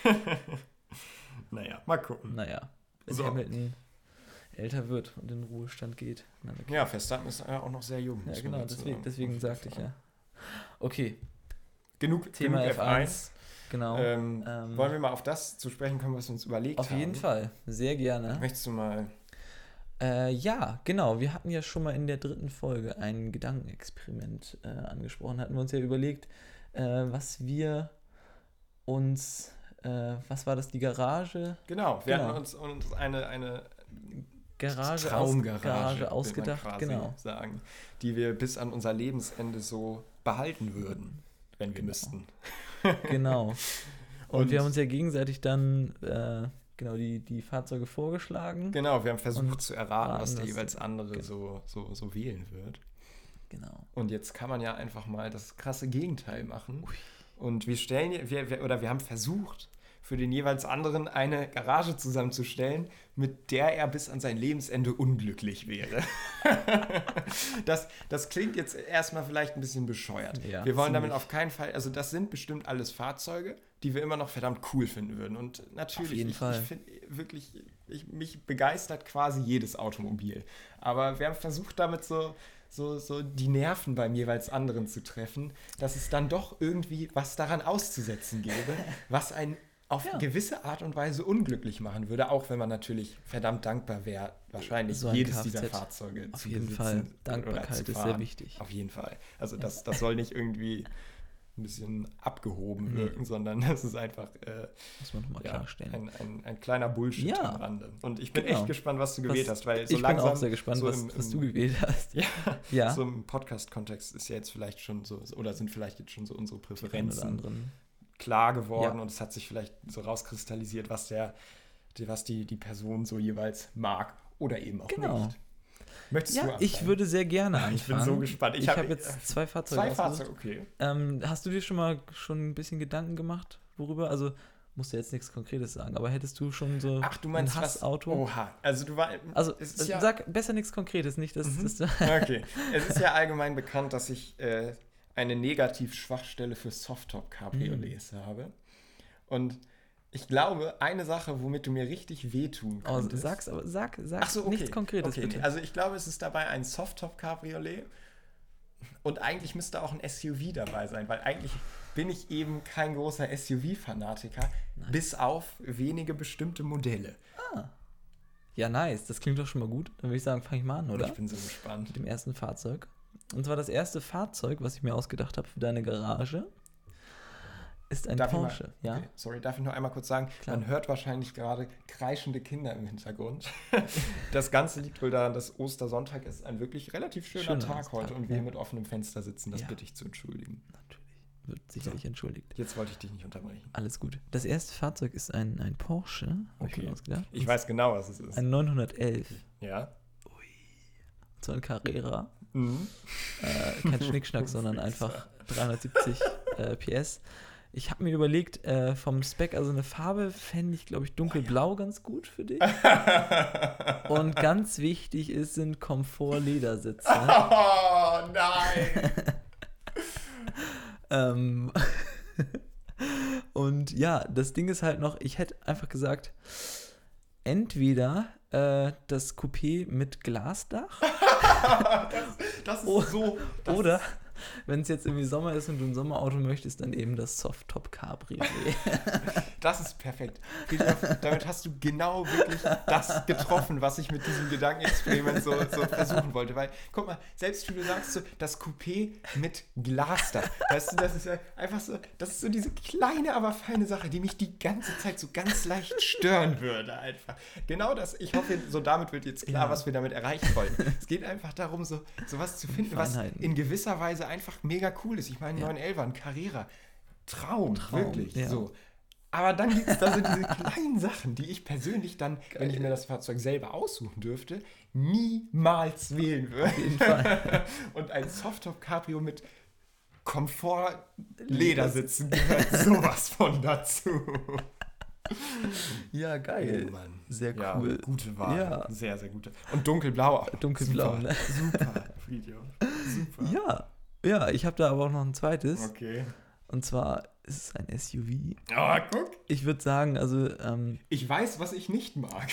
Naja, mal gucken. Naja, wenn So. Hamilton älter wird und in den Ruhestand geht. Na, okay. Ja, Verstappen ist ja auch noch sehr jung. Ja, muss man genau, dazu deswegen, sagen. deswegen Auf jeden sagte ich Fall. ja. Okay, Genug, Thema genug F eins. Genau. Ähm, Ähm, wollen wir mal auf das zu sprechen kommen, was wir uns überlegt Auf haben? jeden Fall, sehr gerne. Möchtest du mal... Äh, ja, genau. Wir hatten ja schon mal in der dritten Folge ein Gedankenexperiment äh, angesprochen. Hatten wir uns ja überlegt, äh, was wir uns, äh, was war das, die Garage? Genau, wir Genau. hatten uns, uns eine, eine Garage, Traumgarage aus, Garage will man ausgedacht, quasi genau. sagen, die wir bis an unser Lebensende so behalten würden, wenn wir Genau. müssten. Genau. Und, Und- wir haben uns ja gegenseitig dann äh, genau die, die Fahrzeuge vorgeschlagen. Genau, wir haben versucht Und zu erraten, raten, was der was- jeweils andere genau. so, so, so wählen wird. Genau. Und jetzt kann man ja einfach mal das krasse Gegenteil machen. Und wir stellen, wir, wir, oder wir haben versucht, für den jeweils anderen eine Garage zusammenzustellen, mit der er bis an sein Lebensende unglücklich wäre. das, das klingt jetzt erstmal vielleicht ein bisschen bescheuert. Ja, wir wollen damit ziemlich. auf keinen Fall, also das sind bestimmt alles Fahrzeuge, die wir immer noch verdammt cool finden würden. Und natürlich, Auf jeden ich, Fall. ich finde wirklich, ich, mich begeistert quasi jedes Automobil. Aber wir haben versucht, damit so So, so die Nerven beim jeweils anderen zu treffen, dass es dann doch irgendwie was daran auszusetzen gäbe, was einen auf Ja. gewisse Art und Weise unglücklich machen würde, auch wenn man natürlich verdammt dankbar wäre, wahrscheinlich So ein jedes Kfz. dieser Fahrzeuge Auf zu jeden besitzen Fall. oder Dankbarkeit zu ist sehr fahren. wichtig. Auf jeden Fall. Also das, das soll nicht irgendwie ein bisschen abgehoben Nee. wirken, sondern das ist einfach äh, Muss man nochmal ja, klarstellen. ein, ein, ein kleiner Bullshit Ja. am Rande. Und ich bin Genau. echt gespannt, was du gewählt Was- hast, weil so ich langsam bin auch sehr gespannt, so was, im, was im, du gewählt hast. ja, Ja, so im Podcast-Kontext ist ja jetzt vielleicht schon so, oder sind vielleicht jetzt schon so unsere einen oder Präferenzen anderen. klar geworden Ja. und es hat sich vielleicht so rauskristallisiert, was der, die, was die, die Person so jeweils mag oder eben auch Genau. nicht. Möchtest du Ja, anfangen? ich würde sehr gerne anfangen. Ich bin so gespannt. Ich Ich, hab- habe jetzt zwei Fahrzeuge Zwei ausgesucht. Fahrzeuge, okay. Ähm, hast du dir schon mal schon ein bisschen Gedanken gemacht, worüber? Also, musst du jetzt nichts Konkretes sagen, aber hättest du schon so Ach, du meinst ein was? Hassauto? Oha, also du war, Also, es ist ja, sag besser nichts Konkretes, nicht, dass, Mhm. dass du. okay. Es ist ja allgemein bekannt, dass ich äh, eine Negativ-Schwachstelle für Softtop-Cabriolets Mhm. habe. Und ich glaube, eine Sache, womit du mir richtig wehtun Oh, könntest. sag's, aber sag, sag Ach so, okay. nichts Konkretes, okay. bitte. Also ich glaube, es ist dabei ein Softtop-Cabriolet und eigentlich müsste auch ein S U V dabei sein, weil eigentlich bin ich eben kein großer S U V-Fanatiker, Nein. bis auf wenige bestimmte Modelle. Ja, nice, das klingt doch schon mal gut. Dann würde ich sagen, fange ich mal an, oder? Ich bin so gespannt. Mit dem ersten Fahrzeug. Und zwar das erste Fahrzeug, was ich mir ausgedacht habe für deine Garage, ist ein Darf ich mal- Porsche. Ja? Okay, sorry, darf ich noch einmal kurz sagen, Klar. man hört wahrscheinlich gerade kreischende Kinder im Hintergrund. Das Ganze liegt wohl daran, dass Ostersonntag ist, ein wirklich relativ schöner Schöner Tag heute Tag, und wir ja. mit offenem Fenster sitzen. Das Ja. bitte ich zu entschuldigen. Natürlich. Wird sicherlich entschuldigt. Jetzt wollte ich dich nicht unterbrechen. Alles gut. Das erste Fahrzeug ist ein, ein Porsche, habe ich Okay. mir ausgedacht. Ich weiß genau, was es ist. Ein neunhundertelf. Ja. So ein Carrera. Mhm. Äh, kein Schnickschnack, sondern einfach dreihundertsiebzig äh, P S. Ich habe mir überlegt, äh, vom Spec, also eine Farbe fände ich, glaube ich, dunkelblau ganz gut für dich. Und ganz wichtig ist, sind Komfort-Ledersitze. Oh nein! ähm, und ja, das Ding ist halt noch, ich hätte einfach gesagt, entweder äh, das Coupé mit Glasdach das, das ist Oh, so. Das oder, wenn es jetzt irgendwie Sommer ist und du ein Sommerauto möchtest, dann eben das Softtop Cabriolet. Das ist perfekt. Friedhof, damit hast du genau wirklich das getroffen, was ich mit diesem Gedankenexperiment so, so versuchen wollte. Weil, guck mal, selbst wie du sagst, so, das Coupé mit Glasdach, weißt du, das ist ja einfach so, das ist so diese kleine, aber feine Sache, die mich die ganze Zeit so ganz leicht stören würde einfach. Genau das, ich hoffe, so damit wird jetzt klar, Ja. was wir damit erreichen wollen. Es geht einfach darum, so sowas zu finden, was Feinheiten. in gewisser Weise einfach mega cool ist. Ich meine, Ja. neun elfer, ein Carrera, Traum, Traum, wirklich, ja. so. Aber dann gibt es da so diese kleinen Sachen, die ich persönlich dann, Geil. wenn ich mir das Fahrzeug selber aussuchen dürfte, niemals wählen würde. Auf jeden Fall. Und ein Softtop Cabrio mit Komfort-Ledersitzen gehört sowas von dazu. Ja, geil. Oh Mann. Sehr Ja, cool. gute Wahl. Ja. Sehr, sehr gute. Und dunkelblau auch. Dunkelblau, Super, ne? super Video. Super. Ja, ja, ich habe da aber auch noch ein zweites. Okay. Und zwar ist es ein S U V. Oh, guck. Ich würde sagen, also, ähm, Ich weiß, was ich nicht mag.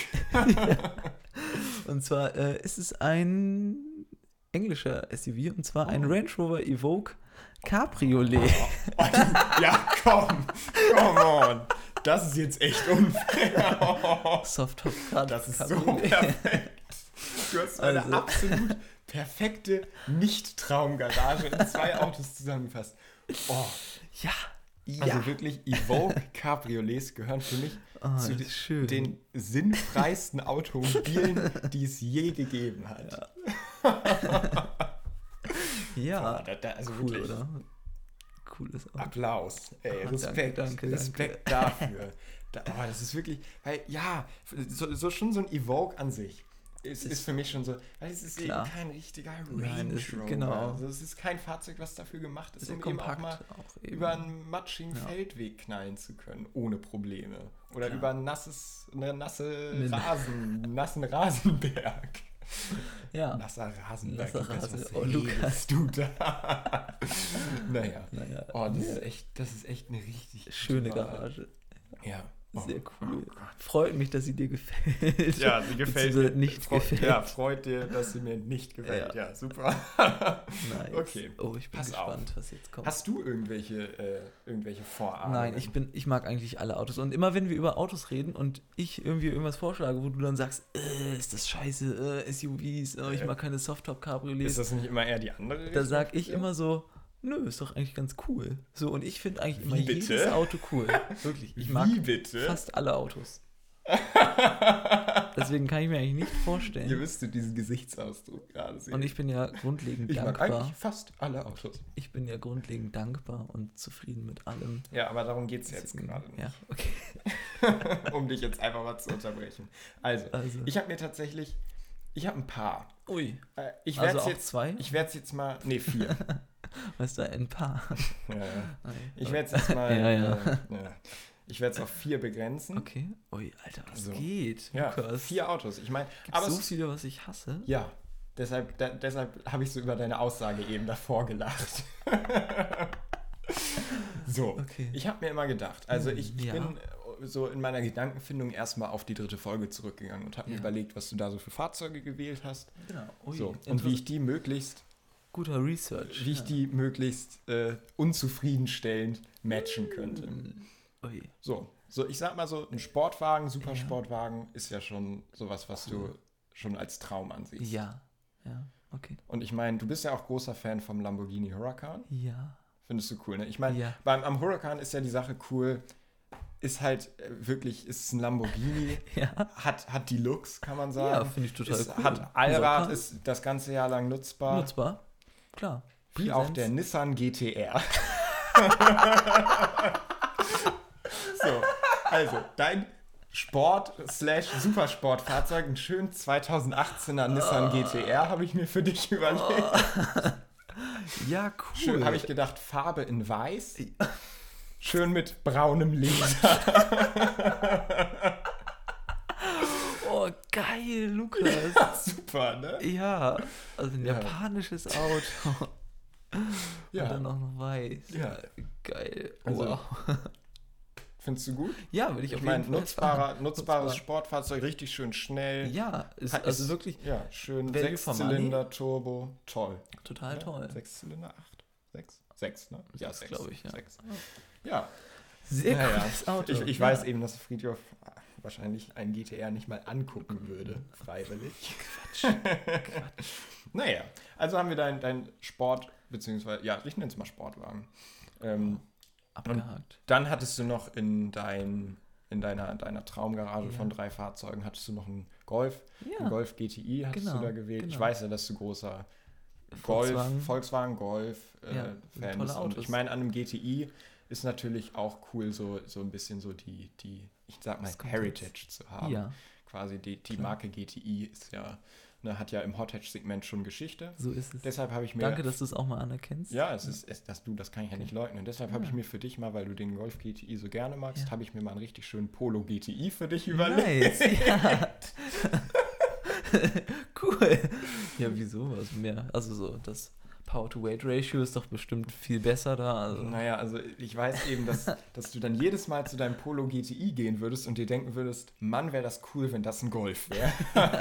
und zwar äh, ist es ein englischer S U V, und zwar ein Oh. Range Rover Evoque Cabriolet. Oh, ja, komm. Come on. Das ist jetzt echt unfair. Softtop Cab- Das ist so Cabriolet. perfekt. Du hast eine Also. absolut perfekte Nicht-Traumgarage in zwei Autos zusammengefasst. Oh, Ja, ja. also wirklich, Evoque Cabriolets gehören für mich Oh, zu das de- ist schön. den sinnfreisten Automobilen, die es je gegeben hat. Ja, Boah, da, da, also cool, wirklich oder? Cooles Auto. Applaus. Ey, Ah, Respekt, danke, danke, Respekt dafür. Da, oh, das ist wirklich, weil ja, so, so schon so ein Evoque an sich ist, ist für mich schon so, weil es ist Klar. eben kein richtiger Range Nein, es- Rover. genau. Also es ist kein Fahrzeug, was dafür gemacht ist, Sehr um kompakt eben auch mal auch eben. über einen matschigen Ja. Feldweg knallen zu können, ohne Probleme. Oder Klar. über ein nasses, eine nasse Mit- Rasen, einen nassen Rasenberg. Ja, Nasser Rasenberg. Nasser Lukas, Rasen- was oh, Lukas. redest du da? Naja. naja, Oh, das ist echt, das ist echt eine richtig gute schöne Wahl. Garage. Ja. Oh. Sehr cool. Freut mich, dass sie dir gefällt. Ja, sie gefällt Beziehungsweise mir. nicht Freut- gefällt. Ja, freut dir, dass sie mir nicht gefällt. Ja, super. Nice. Okay. Oh, ich bin Pass gespannt, was jetzt kommt. Hast du irgendwelche, äh, irgendwelche Vorahnungen? Nein, ich bin, ich mag eigentlich alle Autos. Und immer wenn wir über Autos reden und ich irgendwie irgendwas vorschlage, wo du dann sagst, äh, ist das scheiße, äh, S U Vs, äh, ich Äh, mag keine Softtop-Cabriolets, Ist das nicht immer eher die andere da Richtung? sag ich Ja. immer so, nö, ist doch eigentlich ganz cool. So, und ich finde eigentlich immer Wie bitte? jedes Auto cool. Wirklich. Ich mag Wie bitte? fast alle Autos. Deswegen kann ich mir eigentlich nicht Ihr vorstellen. müsst diesen Gesichtsausdruck gerade sehen. Und ich bin ja grundlegend ich mag dankbar. eigentlich fast alle Autos. Ich bin ja grundlegend dankbar und zufrieden mit allem. Ja, aber darum geht es jetzt Deswegen- gerade nicht. Ja, okay. Um dich jetzt einfach mal zu unterbrechen. Also, Also. ich habe mir tatsächlich, ich habe ein paar. Ui. Äh, Ich Also werde es auch jetzt, zwei? ich werde es jetzt mal, nee, vier. Weißt du, ein paar. ja, ja. Nein. Ich werde es jetzt mal, Ja, ja. Äh, ja. Ich werde es auf vier begrenzen. Okay. Ui, Alter, was So. geht? Ja, Lukas. vier Autos. Ich meine, Gibt's aber so es, viele, was ich hasse? ja, deshalb, da, deshalb habe ich so über deine Aussage eben davor gelacht. So, Okay. ich habe mir immer gedacht, also ich, ich Ja. bin äh, so in meiner Gedankenfindung erstmal auf die dritte Folge zurückgegangen und habe mir Ja. überlegt, was du da so für Fahrzeuge gewählt hast. Genau. Ui, So, und wie interessant. ich die möglichst, Guter Research. wie ich ja. die möglichst äh, unzufriedenstellend matchen könnte. Mm, Ui. So, so, ich sag mal so, ein Sportwagen, Supersportwagen ist ja schon sowas, was du schon als Traum ansiehst. Ja. Ja, okay. Und ich meine, du bist ja auch großer Fan vom Lamborghini Huracan. Ja. Findest du cool, ne? Ich meine, Ja. beim am Huracan ist ja die Sache cool, ist halt äh, wirklich, ist es ein Lamborghini, Ja. hat, hat die Looks, kann man Ja, sagen. finde ich total ist, cool. Hat Allrad, Huracan? ist das ganze Jahr lang nutzbar. Nutzbar. Klar. Wie auch Präsenz. der Nissan G T R. So, also, dein Sport-Supersportfahrzeug, ein schön zweitausendachtzehner Nissan G T R, habe ich mir für dich überlegt. Ja, cool. Schön, habe ich gedacht, Farbe in weiß. Schön mit braunem Leder. Oh, geil, Lukas. Ja, super, ne? Ja, also ein Ja. japanisches Auto. Ja. Und dann auch noch weiß. Ja. Geil. Also, Wow. Findest du gut? Ja, würde ich Ich auf meine, jeden Fall nutzbarer, fahren. nutzbares Nutzbar. Sportfahrzeug, richtig schön schnell. Ja, ist, Hat- also ist- wirklich Ja, schön. Value for Sechszylinder, Turbo, toll. total Ja, toll. Sechszylinder, acht? Sechs? Sechs, ne? Ja, Sechs, sechs. glaube ich, ja. Sechs. Ja, Sehr ja, ja. cooles Auto. Ich, ich ja. weiß eben, dass Friedhof wahrscheinlich einen G T R nicht mal angucken würde, freiwillig. Quatsch. Quatsch. Naja, also haben wir dein, dein Sport, beziehungsweise, ja, ich nenne es mal Sportwagen. Ähm, Abgehakt. Dann hattest du noch in, dein, in deiner, deiner Traumgarage Ja. von drei Fahrzeugen, hattest du noch einen Golf, Ja. einen Golf G T I hattest Genau, du da gewählt. Ich genau. weiß ja, dass du großer Golf, Volkswagen. Volkswagen Golf äh, Ja, Fan tolle bist. Und Autos. ich meine, an einem G T I ist natürlich auch cool, so, so ein bisschen so die, die ich sag mal, Was kommt Heritage zu haben. Ja, Quasi die, die Klar. Marke G T I ist ja, ne, hat ja im Hot-Hatch-Segment schon Geschichte. so ist es. Deshalb habe ich mir... Danke, dass du es auch mal anerkennst. Ja, es ist, es, das, du, das kann ich ja nicht leugnen. Deshalb habe ich Ja. mir für dich mal, weil du den Golf G T I so gerne magst, Ja. habe ich mir mal einen richtig schönen Polo G T I für dich überlegt. Nice, ja. Cool. Ja, wieso? Was mehr? Also so, das Power-to-Weight-Ratio ist doch bestimmt viel besser da. Also. Naja, also ich weiß eben, dass, dass du dann jedes Mal zu deinem Polo G T I gehen würdest und dir denken würdest, Mann, wäre das cool, wenn das ein Golf wäre.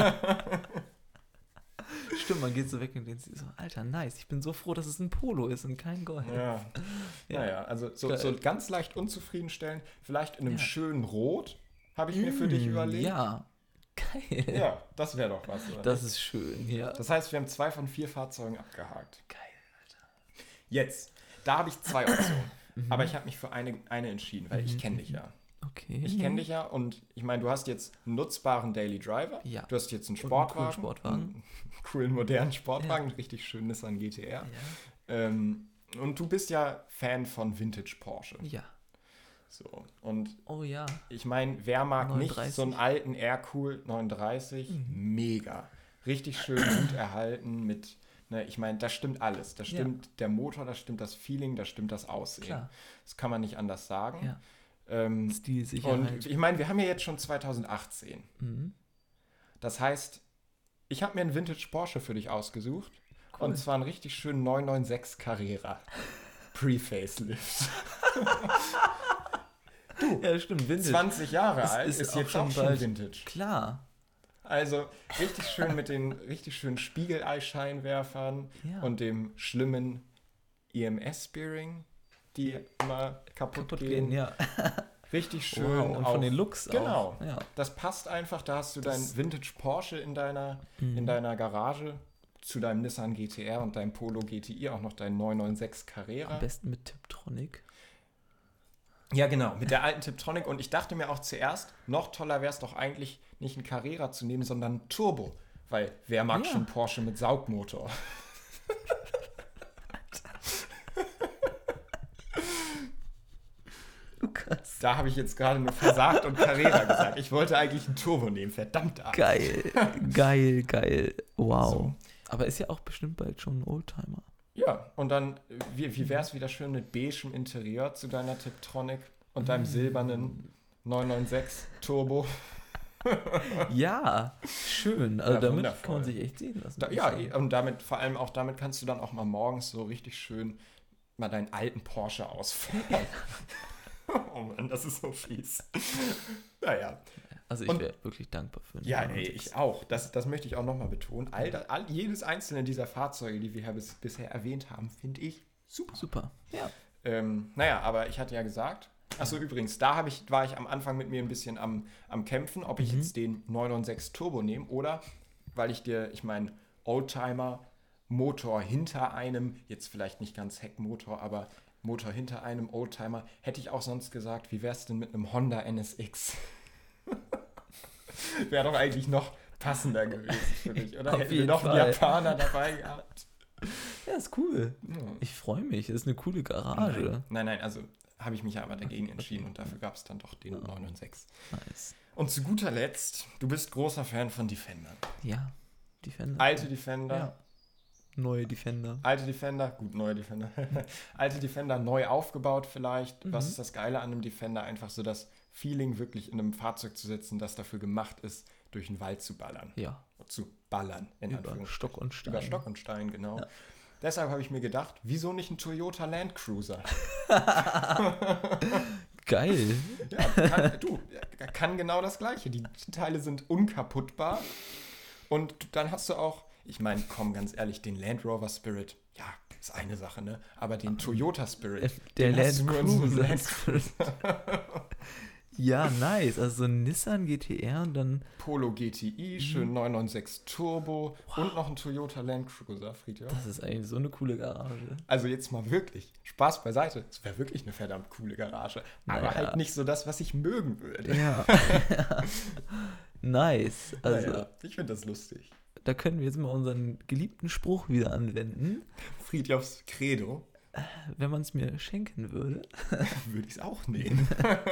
Stimmt, man geht so weg und denkt sich so, Alter, nice, ich bin so froh, dass es ein Polo ist und kein Golf. Ja. Ja. Naja, also so, Geil. so ganz leicht unzufriedenstellend, vielleicht in einem Ja. schönen Rot, habe ich mir für dich Mm, überlegt. Ja, geil. Ja, das wäre doch was, oder? Das ist schön, ja. Das heißt, wir haben zwei von vier Fahrzeugen abgehakt. Geil. Jetzt, da habe ich zwei Optionen. Aber ich habe mich für eine, eine entschieden, weil ich Mhm, kenne dich ja. Okay. Ich kenne dich ja und ich meine, du hast jetzt einen nutzbaren Daily Driver. Ja. Du hast jetzt einen Und einen Sportwagen. coolen Sportwagen. Einen coolen, modernen Sportwagen, einen richtig schönen Nissan G T R. Ja. Ähm, und du bist ja Fan von Vintage Porsche. Ja. So. Und Oh ja. ich meine, wer mag neununddreißig. nicht so einen alten Aircool neununddreißig? Mhm. Mega. Richtig schön gut erhalten mit, ne, ich meine, da stimmt alles. Da stimmt der Motor, da stimmt das Feeling, da stimmt das Aussehen. Klar. Das kann man nicht anders sagen. Ja. Ähm, Stilsicherheit. und ich meine, wir haben ja jetzt schon zweitausendachtzehn. Mhm. Das heißt, ich habe mir einen Vintage Porsche für dich ausgesucht. Cool. Und zwar einen richtig schönen neun neun sechs Carrera. Pre-Facelift. Ja, stimmt, Vintage. zwanzig Jahre Es alt, ist ist, auch jetzt schon auch schon bald- Vintage. Klar. Also richtig schön mit den richtig schönen Spiegelei-Scheinwerfern Ja. und dem schlimmen E M S-Bearing, die immer kaputt, Kaputt gehen. gehen, ja. Richtig schön. Wow, und auch, von den Looks Genau. auch. Ja. Das passt einfach, da hast du Das- dein Vintage Porsche in deiner, Mhm. in deiner Garage, zu deinem Nissan G T R und deinem Polo G T I auch noch dein neun neun sechs Carrera. Am besten mit Tiptronic. Ja, genau, mit der alten Tiptronic. Und ich dachte mir auch zuerst, noch toller wäre es doch eigentlich, nicht ein Carrera zu nehmen, sondern ein Turbo. Weil wer mag Ja. schon Porsche mit Saugmotor? Lukas. Da habe ich jetzt gerade nur versagt und Carrera gesagt. Ich wollte eigentlich einen Turbo nehmen, verdammt. Geil. Geil, geil. Wow. So. Aber ist ja auch bestimmt bald schon ein Oldtimer. Ja, und dann, wie, wie wäre es wieder schön mit beigem Interieur zu deiner Tiptronic und Mm. deinem silbernen neun neun sechs Turbo? Ja, schön. Also Ja, damit wundervoll. kann man sich echt sehen lassen. Da, muss ich ja, sagen. und damit, vor allem auch damit kannst du dann auch mal morgens so richtig schön mal deinen alten Porsche ausfahren. Oh Mann, das ist so fies. Naja. Also ich und- wäre wirklich dankbar für einen Ja, ey, neunundsechzig. ich auch. Das, das möchte ich auch nochmal betonen. All, das- all, jedes einzelne dieser Fahrzeuge, die wir hier bis, bisher erwähnt haben, finde ich super. Super. Ja. Ähm, naja, aber ich hatte ja gesagt, achso, übrigens, da hab ich, war ich am Anfang mit mir ein bisschen am, am Kämpfen, ob ich Mhm. jetzt den neun neun sechs Turbo nehme oder, weil ich dir, ich meine, Oldtimer, Motor hinter einem, jetzt vielleicht nicht ganz Heckmotor, aber Motor hinter einem Oldtimer, hätte ich auch sonst gesagt, wie wär's denn mit einem Honda N S X? Wäre doch eigentlich noch passender gewesen für dich, oder? Auf Hätten wir jeden noch einen Fall. Japaner dabei gehabt. Ja, ist cool. Ja. Ich freue mich. Das ist eine coole Garage. Nein, nein, nein, also habe ich mich ja aber dagegen entschieden und dafür gab es dann doch den neun neun sechs. Nice. Und zu guter Letzt, du bist großer Fan von Defendern. Ja. Defender. Alte Defender, Ja. Neue Defender. alte Defender, gut, neue Defender. Alte Defender neu aufgebaut vielleicht. Mhm. Was ist das Geile an einem Defender? Einfach so das Feeling, wirklich in einem Fahrzeug zu sitzen, das dafür gemacht ist, durch den Wald zu ballern. Ja. Zu ballern, in Über Anführungsstrichen. Stock und Stein. Über Stock und Stein, genau. Ja. Deshalb habe ich mir gedacht, wieso nicht ein Toyota Land Cruiser? Geil. Ja, kann, du, er kann genau das Gleiche. Die Teile sind unkaputtbar. Und dann hast du auch, ich meine, komm, ganz ehrlich, den Land Rover Spirit, ja, ist eine Sache, ne? Aber den Toyota Spirit, Der den hast Land du nur in so einem Cruiser. Land Cruiser. Ja, nice. Also so ein Nissan G T R und dann Polo G T I, schön neun neun sechs Turbo und noch ein Toyota Land Cruiser, Friedhof. das ist eigentlich so eine coole Garage. Also jetzt mal wirklich, Spaß beiseite. Es wäre wirklich eine verdammt coole Garage. Aber Naja. halt nicht so das, was ich mögen würde. Ja. Nice. Also Naja, ich finde das lustig. da können wir jetzt mal unseren geliebten Spruch wieder anwenden. Friedhofs Credo. Wenn man es mir schenken würde. Würde ich es auch nehmen.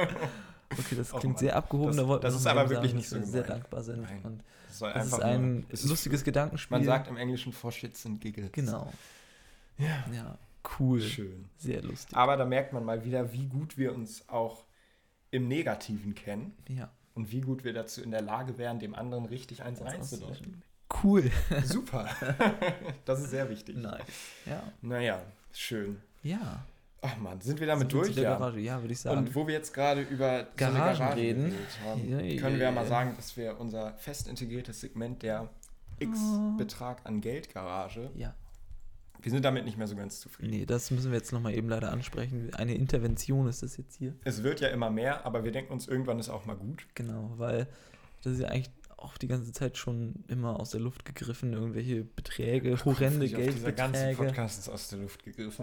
Okay, das Och, klingt Mann. sehr abgehoben. Das- Da wollten das wir ist noch mal aber eben wirklich sagen, nicht so dass wir sehr gemeint. dankbar sind. Nein. Und Das, soll das ist einfach ein nur, es lustiges Gedankenspiel. Man sagt im Englischen for shits and giggles. Genau. Ja. Ja, cool. Schön. Sehr lustig. Aber da merkt man mal wieder, wie gut wir uns auch im Negativen kennen Ja. und wie gut wir dazu in der Lage wären, dem anderen richtig eins reinzudrücken. Cool. Super. Das ist sehr wichtig. Nice. Ja. Naja, schön. Ja. Ach man, sind wir damit Sind wir durch? zu der Ja. Garage? Ja, würde ich sagen. Und wo wir jetzt gerade über so eine Garagen Garage reden. geredet haben, Ja, ja, können wir ja ja. mal sagen, dass wir unser fest integriertes Segment der X-Betrag an Geldgarage, Ja. wir sind damit nicht mehr so ganz zufrieden. Nee, das müssen wir jetzt nochmal eben leider ansprechen. Eine Intervention ist das jetzt hier. Es wird ja immer mehr, aber wir denken uns, irgendwann ist auch mal gut. Genau, weil das ist ja eigentlich auch die ganze Zeit schon immer aus der Luft gegriffen, irgendwelche Beträge, horrende Dieser ganze Geldbeträge. Podcast ist aus der Luft gegriffen.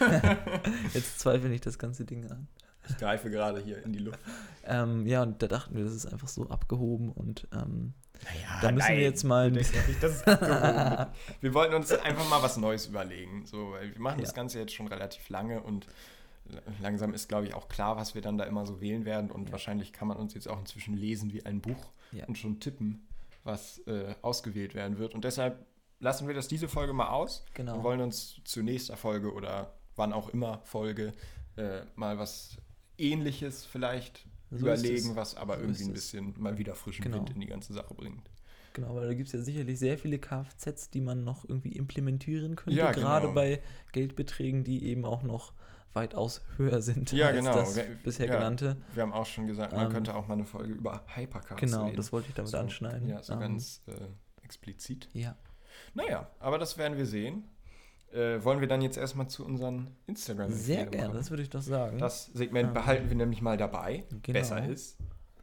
Jetzt zweifle ich das ganze Ding an. Ich greife gerade hier in die Luft. Ähm, ja, und da dachten wir, das ist einfach so abgehoben und ähm, Naja, da müssen wir jetzt mal ein wir bisschen. denken nicht, dass es abgehoben wird. Wir wollten uns einfach mal was Neues überlegen. So, weil wir machen Ja. das Ganze jetzt schon relativ lange und langsam ist, glaube ich, auch klar, was wir dann da immer so wählen werden. Und Ja. wahrscheinlich kann man uns jetzt auch inzwischen lesen wie ein Buch Ja. und schon tippen, was äh, ausgewählt werden wird. Und deshalb lassen wir das diese Folge mal aus Genau. und wollen uns zur nächsten Folge oder wann auch immer Folge äh, mal was Ähnliches vielleicht So ist überlegen, es. was aber So irgendwie ist ein es. bisschen mal wieder frischen Genau. Wind in die ganze Sache bringt. Genau, weil da gibt es ja sicherlich sehr viele Kfz, die man noch irgendwie implementieren könnte, Ja, gerade genau. bei Geldbeträgen, die eben auch noch weitaus höher sind Ja, als genau. das Wir- bisher ja. genannte. Wir haben auch schon gesagt, man Ähm, könnte auch mal eine Folge über Hypercars Genau, reden. das wollte ich damit so, anschneiden. Ja, so Ähm, ganz äh, explizit. Ja, Naja, aber das werden wir sehen. Äh, wollen wir dann jetzt erstmal zu unseren instagram sehr gerne, das würde ich doch sagen. Das Segment Ähm, behalten wir nämlich mal dabei. genau. Besser ist.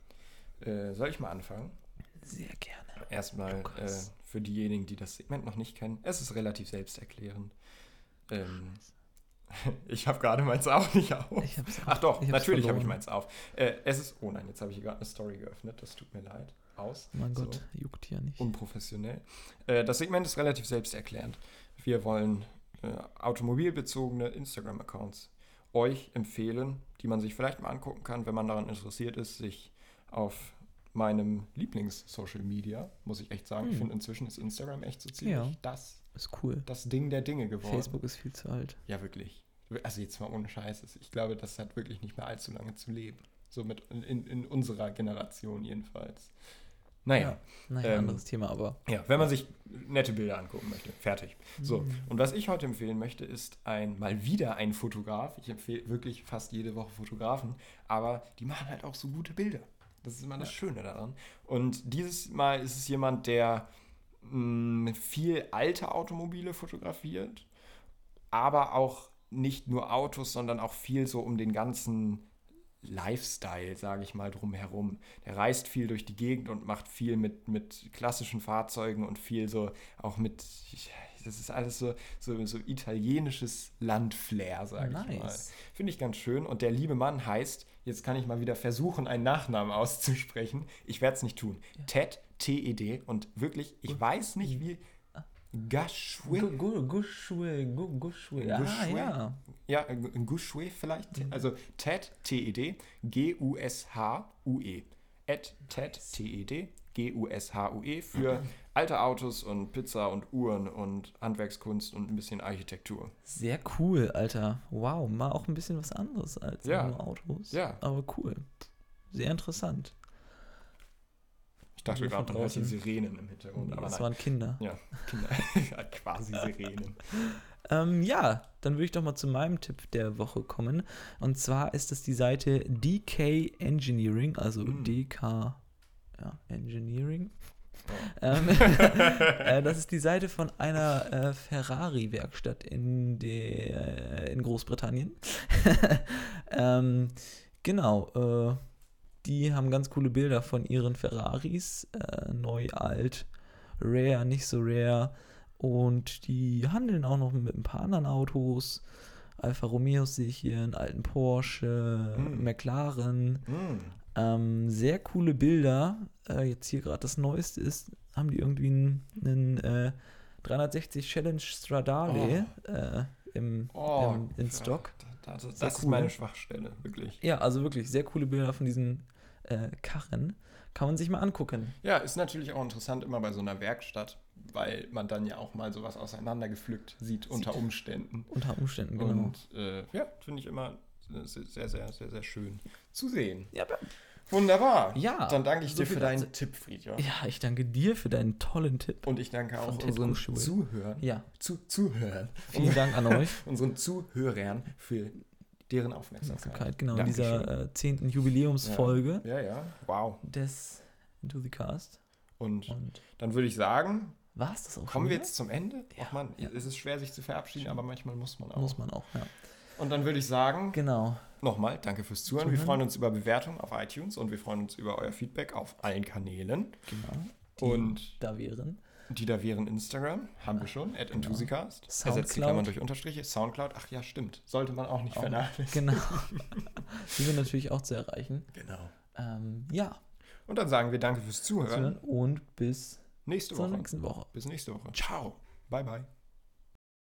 Äh, soll ich mal anfangen? Sehr gerne. Erstmal äh, Lukas. für diejenigen, die das Segment noch nicht kennen. Es ist relativ selbsterklärend. Ähm, ich habe gerade meins auch nicht auf. Ich hab's Ach doch, ich hab's natürlich habe ich verloren. meins auf. Äh, es ist, oh nein, jetzt habe ich hier gerade eine Story geöffnet. Das tut mir leid. Aus. Mein So. Gott, juckt ja nicht. Unprofessionell. Äh, das Segment ist relativ selbsterklärend. Wir wollen äh, automobilbezogene Instagram-Accounts euch empfehlen, die man sich vielleicht mal angucken kann, wenn man daran interessiert ist, sich auf meinem Lieblings-Social Media, muss ich echt sagen. Hm. Ich finde, inzwischen ist Instagram echt so ziemlich Ja. das, Ist cool. das Ding der Dinge geworden. Facebook ist viel zu alt. Ja, wirklich. Also jetzt mal ohne Scheiß. Ich glaube, das hat wirklich nicht mehr allzu lange zu leben. So mit in, in, in unserer Generation jedenfalls. Naja. Naja, Ähm, anderes Thema, aber. Ja, wenn man sich nette Bilder angucken möchte. Fertig. So, Mhm. und was ich heute empfehlen möchte, ist ein mal wieder ein Fotograf. Ich empfehle wirklich fast jede Woche Fotografen, aber die machen halt auch so gute Bilder. Das ist immer das Schöne daran. Und dieses Mal ist es jemand, der mh, viel alte Automobile fotografiert, aber auch nicht nur Autos, sondern auch viel so um den ganzen Lifestyle, sage ich mal, drumherum. Der reist viel durch die Gegend und macht viel mit, mit klassischen Fahrzeugen und viel so auch mit, das ist alles so, so, so italienisches Landflair, sage ich mal. Nice. Finde ich ganz schön. Und der liebe Mann heißt, jetzt kann ich mal wieder versuchen, einen Nachnamen auszusprechen. Ich werde es nicht tun. Ja. Ted, T E D. Und wirklich, ich weiß nicht, wie... Gashwe? Gu- Gu- Gushue, Gu- Gushue. Ah, Gushue? ja. Ja, Gushwe vielleicht. Mhm. Also Ted, T E D, G U S H U E. At Ted, T E D, G U S H U E für alte Autos und Pizza und Uhren und Handwerkskunst und ein bisschen Architektur. Sehr cool, Alter. Wow, mal auch ein bisschen was anderes als Ja. nur Autos. Ja. Aber cool. Sehr interessant. Ich dachte Also von gerade, man hört die draußen. Sirenen im Hintergrund, aber das nein. waren Kinder. Ja, Kinder. Ja, quasi Sirenen. Ähm, ja, dann würde ich doch mal zu meinem Tipp der Woche kommen. Und zwar ist es die Seite D K Engineering, also Mm. D K ja, Engineering. Ja. Ähm, äh, das ist die Seite von einer äh, Ferrari-Werkstatt in, der, äh, in Großbritannien. ähm, genau, äh, die haben ganz coole Bilder von ihren Ferraris, äh, neu, alt, rare, nicht so rare. Und die handeln auch noch mit ein paar anderen Autos. Alfa Romeo sehe ich hier, einen alten Porsche, Hm. McLaren. Mm. Ähm, sehr coole Bilder. Äh, jetzt hier gerade das Neueste ist, haben die irgendwie einen, einen äh, dreihundertsechzig Challenge Stradale äh, im, Oh, im, in Stock. Das, das, Sehr das ist cool. meine Schwachstelle, wirklich. Ja, also wirklich sehr coole Bilder von diesen äh, Karren. Kann man sich mal angucken. Ja, ist natürlich auch interessant immer bei so einer Werkstatt, weil man dann ja auch mal sowas auseinandergepflückt sieht, sieht. unter Umständen. Unter Umständen, genau. Und äh, ja, finde ich immer sehr, sehr, sehr, sehr schön zu sehen. Ja, wunderbar. Ja. Dann danke ich so dir für viel deinen dazu. Tipp, Friedhof. Ja, ich danke dir für deinen tollen Tipp. Und ich danke auch Von unseren Ted Kuschel. Zuhörern. Ja, Zu, Zuhörern. vielen Dank an euch. Unseren Zuhörern für deren Aufmerksamkeit. Aufmerksamkeit, genau, in Dankeschön. dieser äh, zehnten Jubiläumsfolge Ja, ja, wow. des Into the Cast. Und Und dann würde ich sagen, war es das auch kommen schon wir wieder? jetzt zum Ende. Ja, Ach man, ja. es ist schwer, sich zu verabschieden, aber manchmal muss man auch. Muss man auch, ja. Und dann würde ich sagen, Genau. nochmal, danke fürs Zuhören. Zuhören. Wir freuen uns über Bewertungen auf iTunes und wir freuen uns über euer Feedback auf allen Kanälen. Genau. Die Und da wären. die da wären Instagram, haben wir schon, at Enthusiast. Ersetzt die Soundcloud. Klammern durch Unterstriche. Soundcloud, ach ja, stimmt. Sollte man auch nicht Auch. vernachlässigen. Genau. Die sind natürlich auch zu erreichen. Genau. Ähm, ja. Und dann sagen wir danke fürs Zuhören. Zuhören und bis Nächste zur Woche. nächsten Woche. Bis nächste Woche. Ciao. Bye, bye.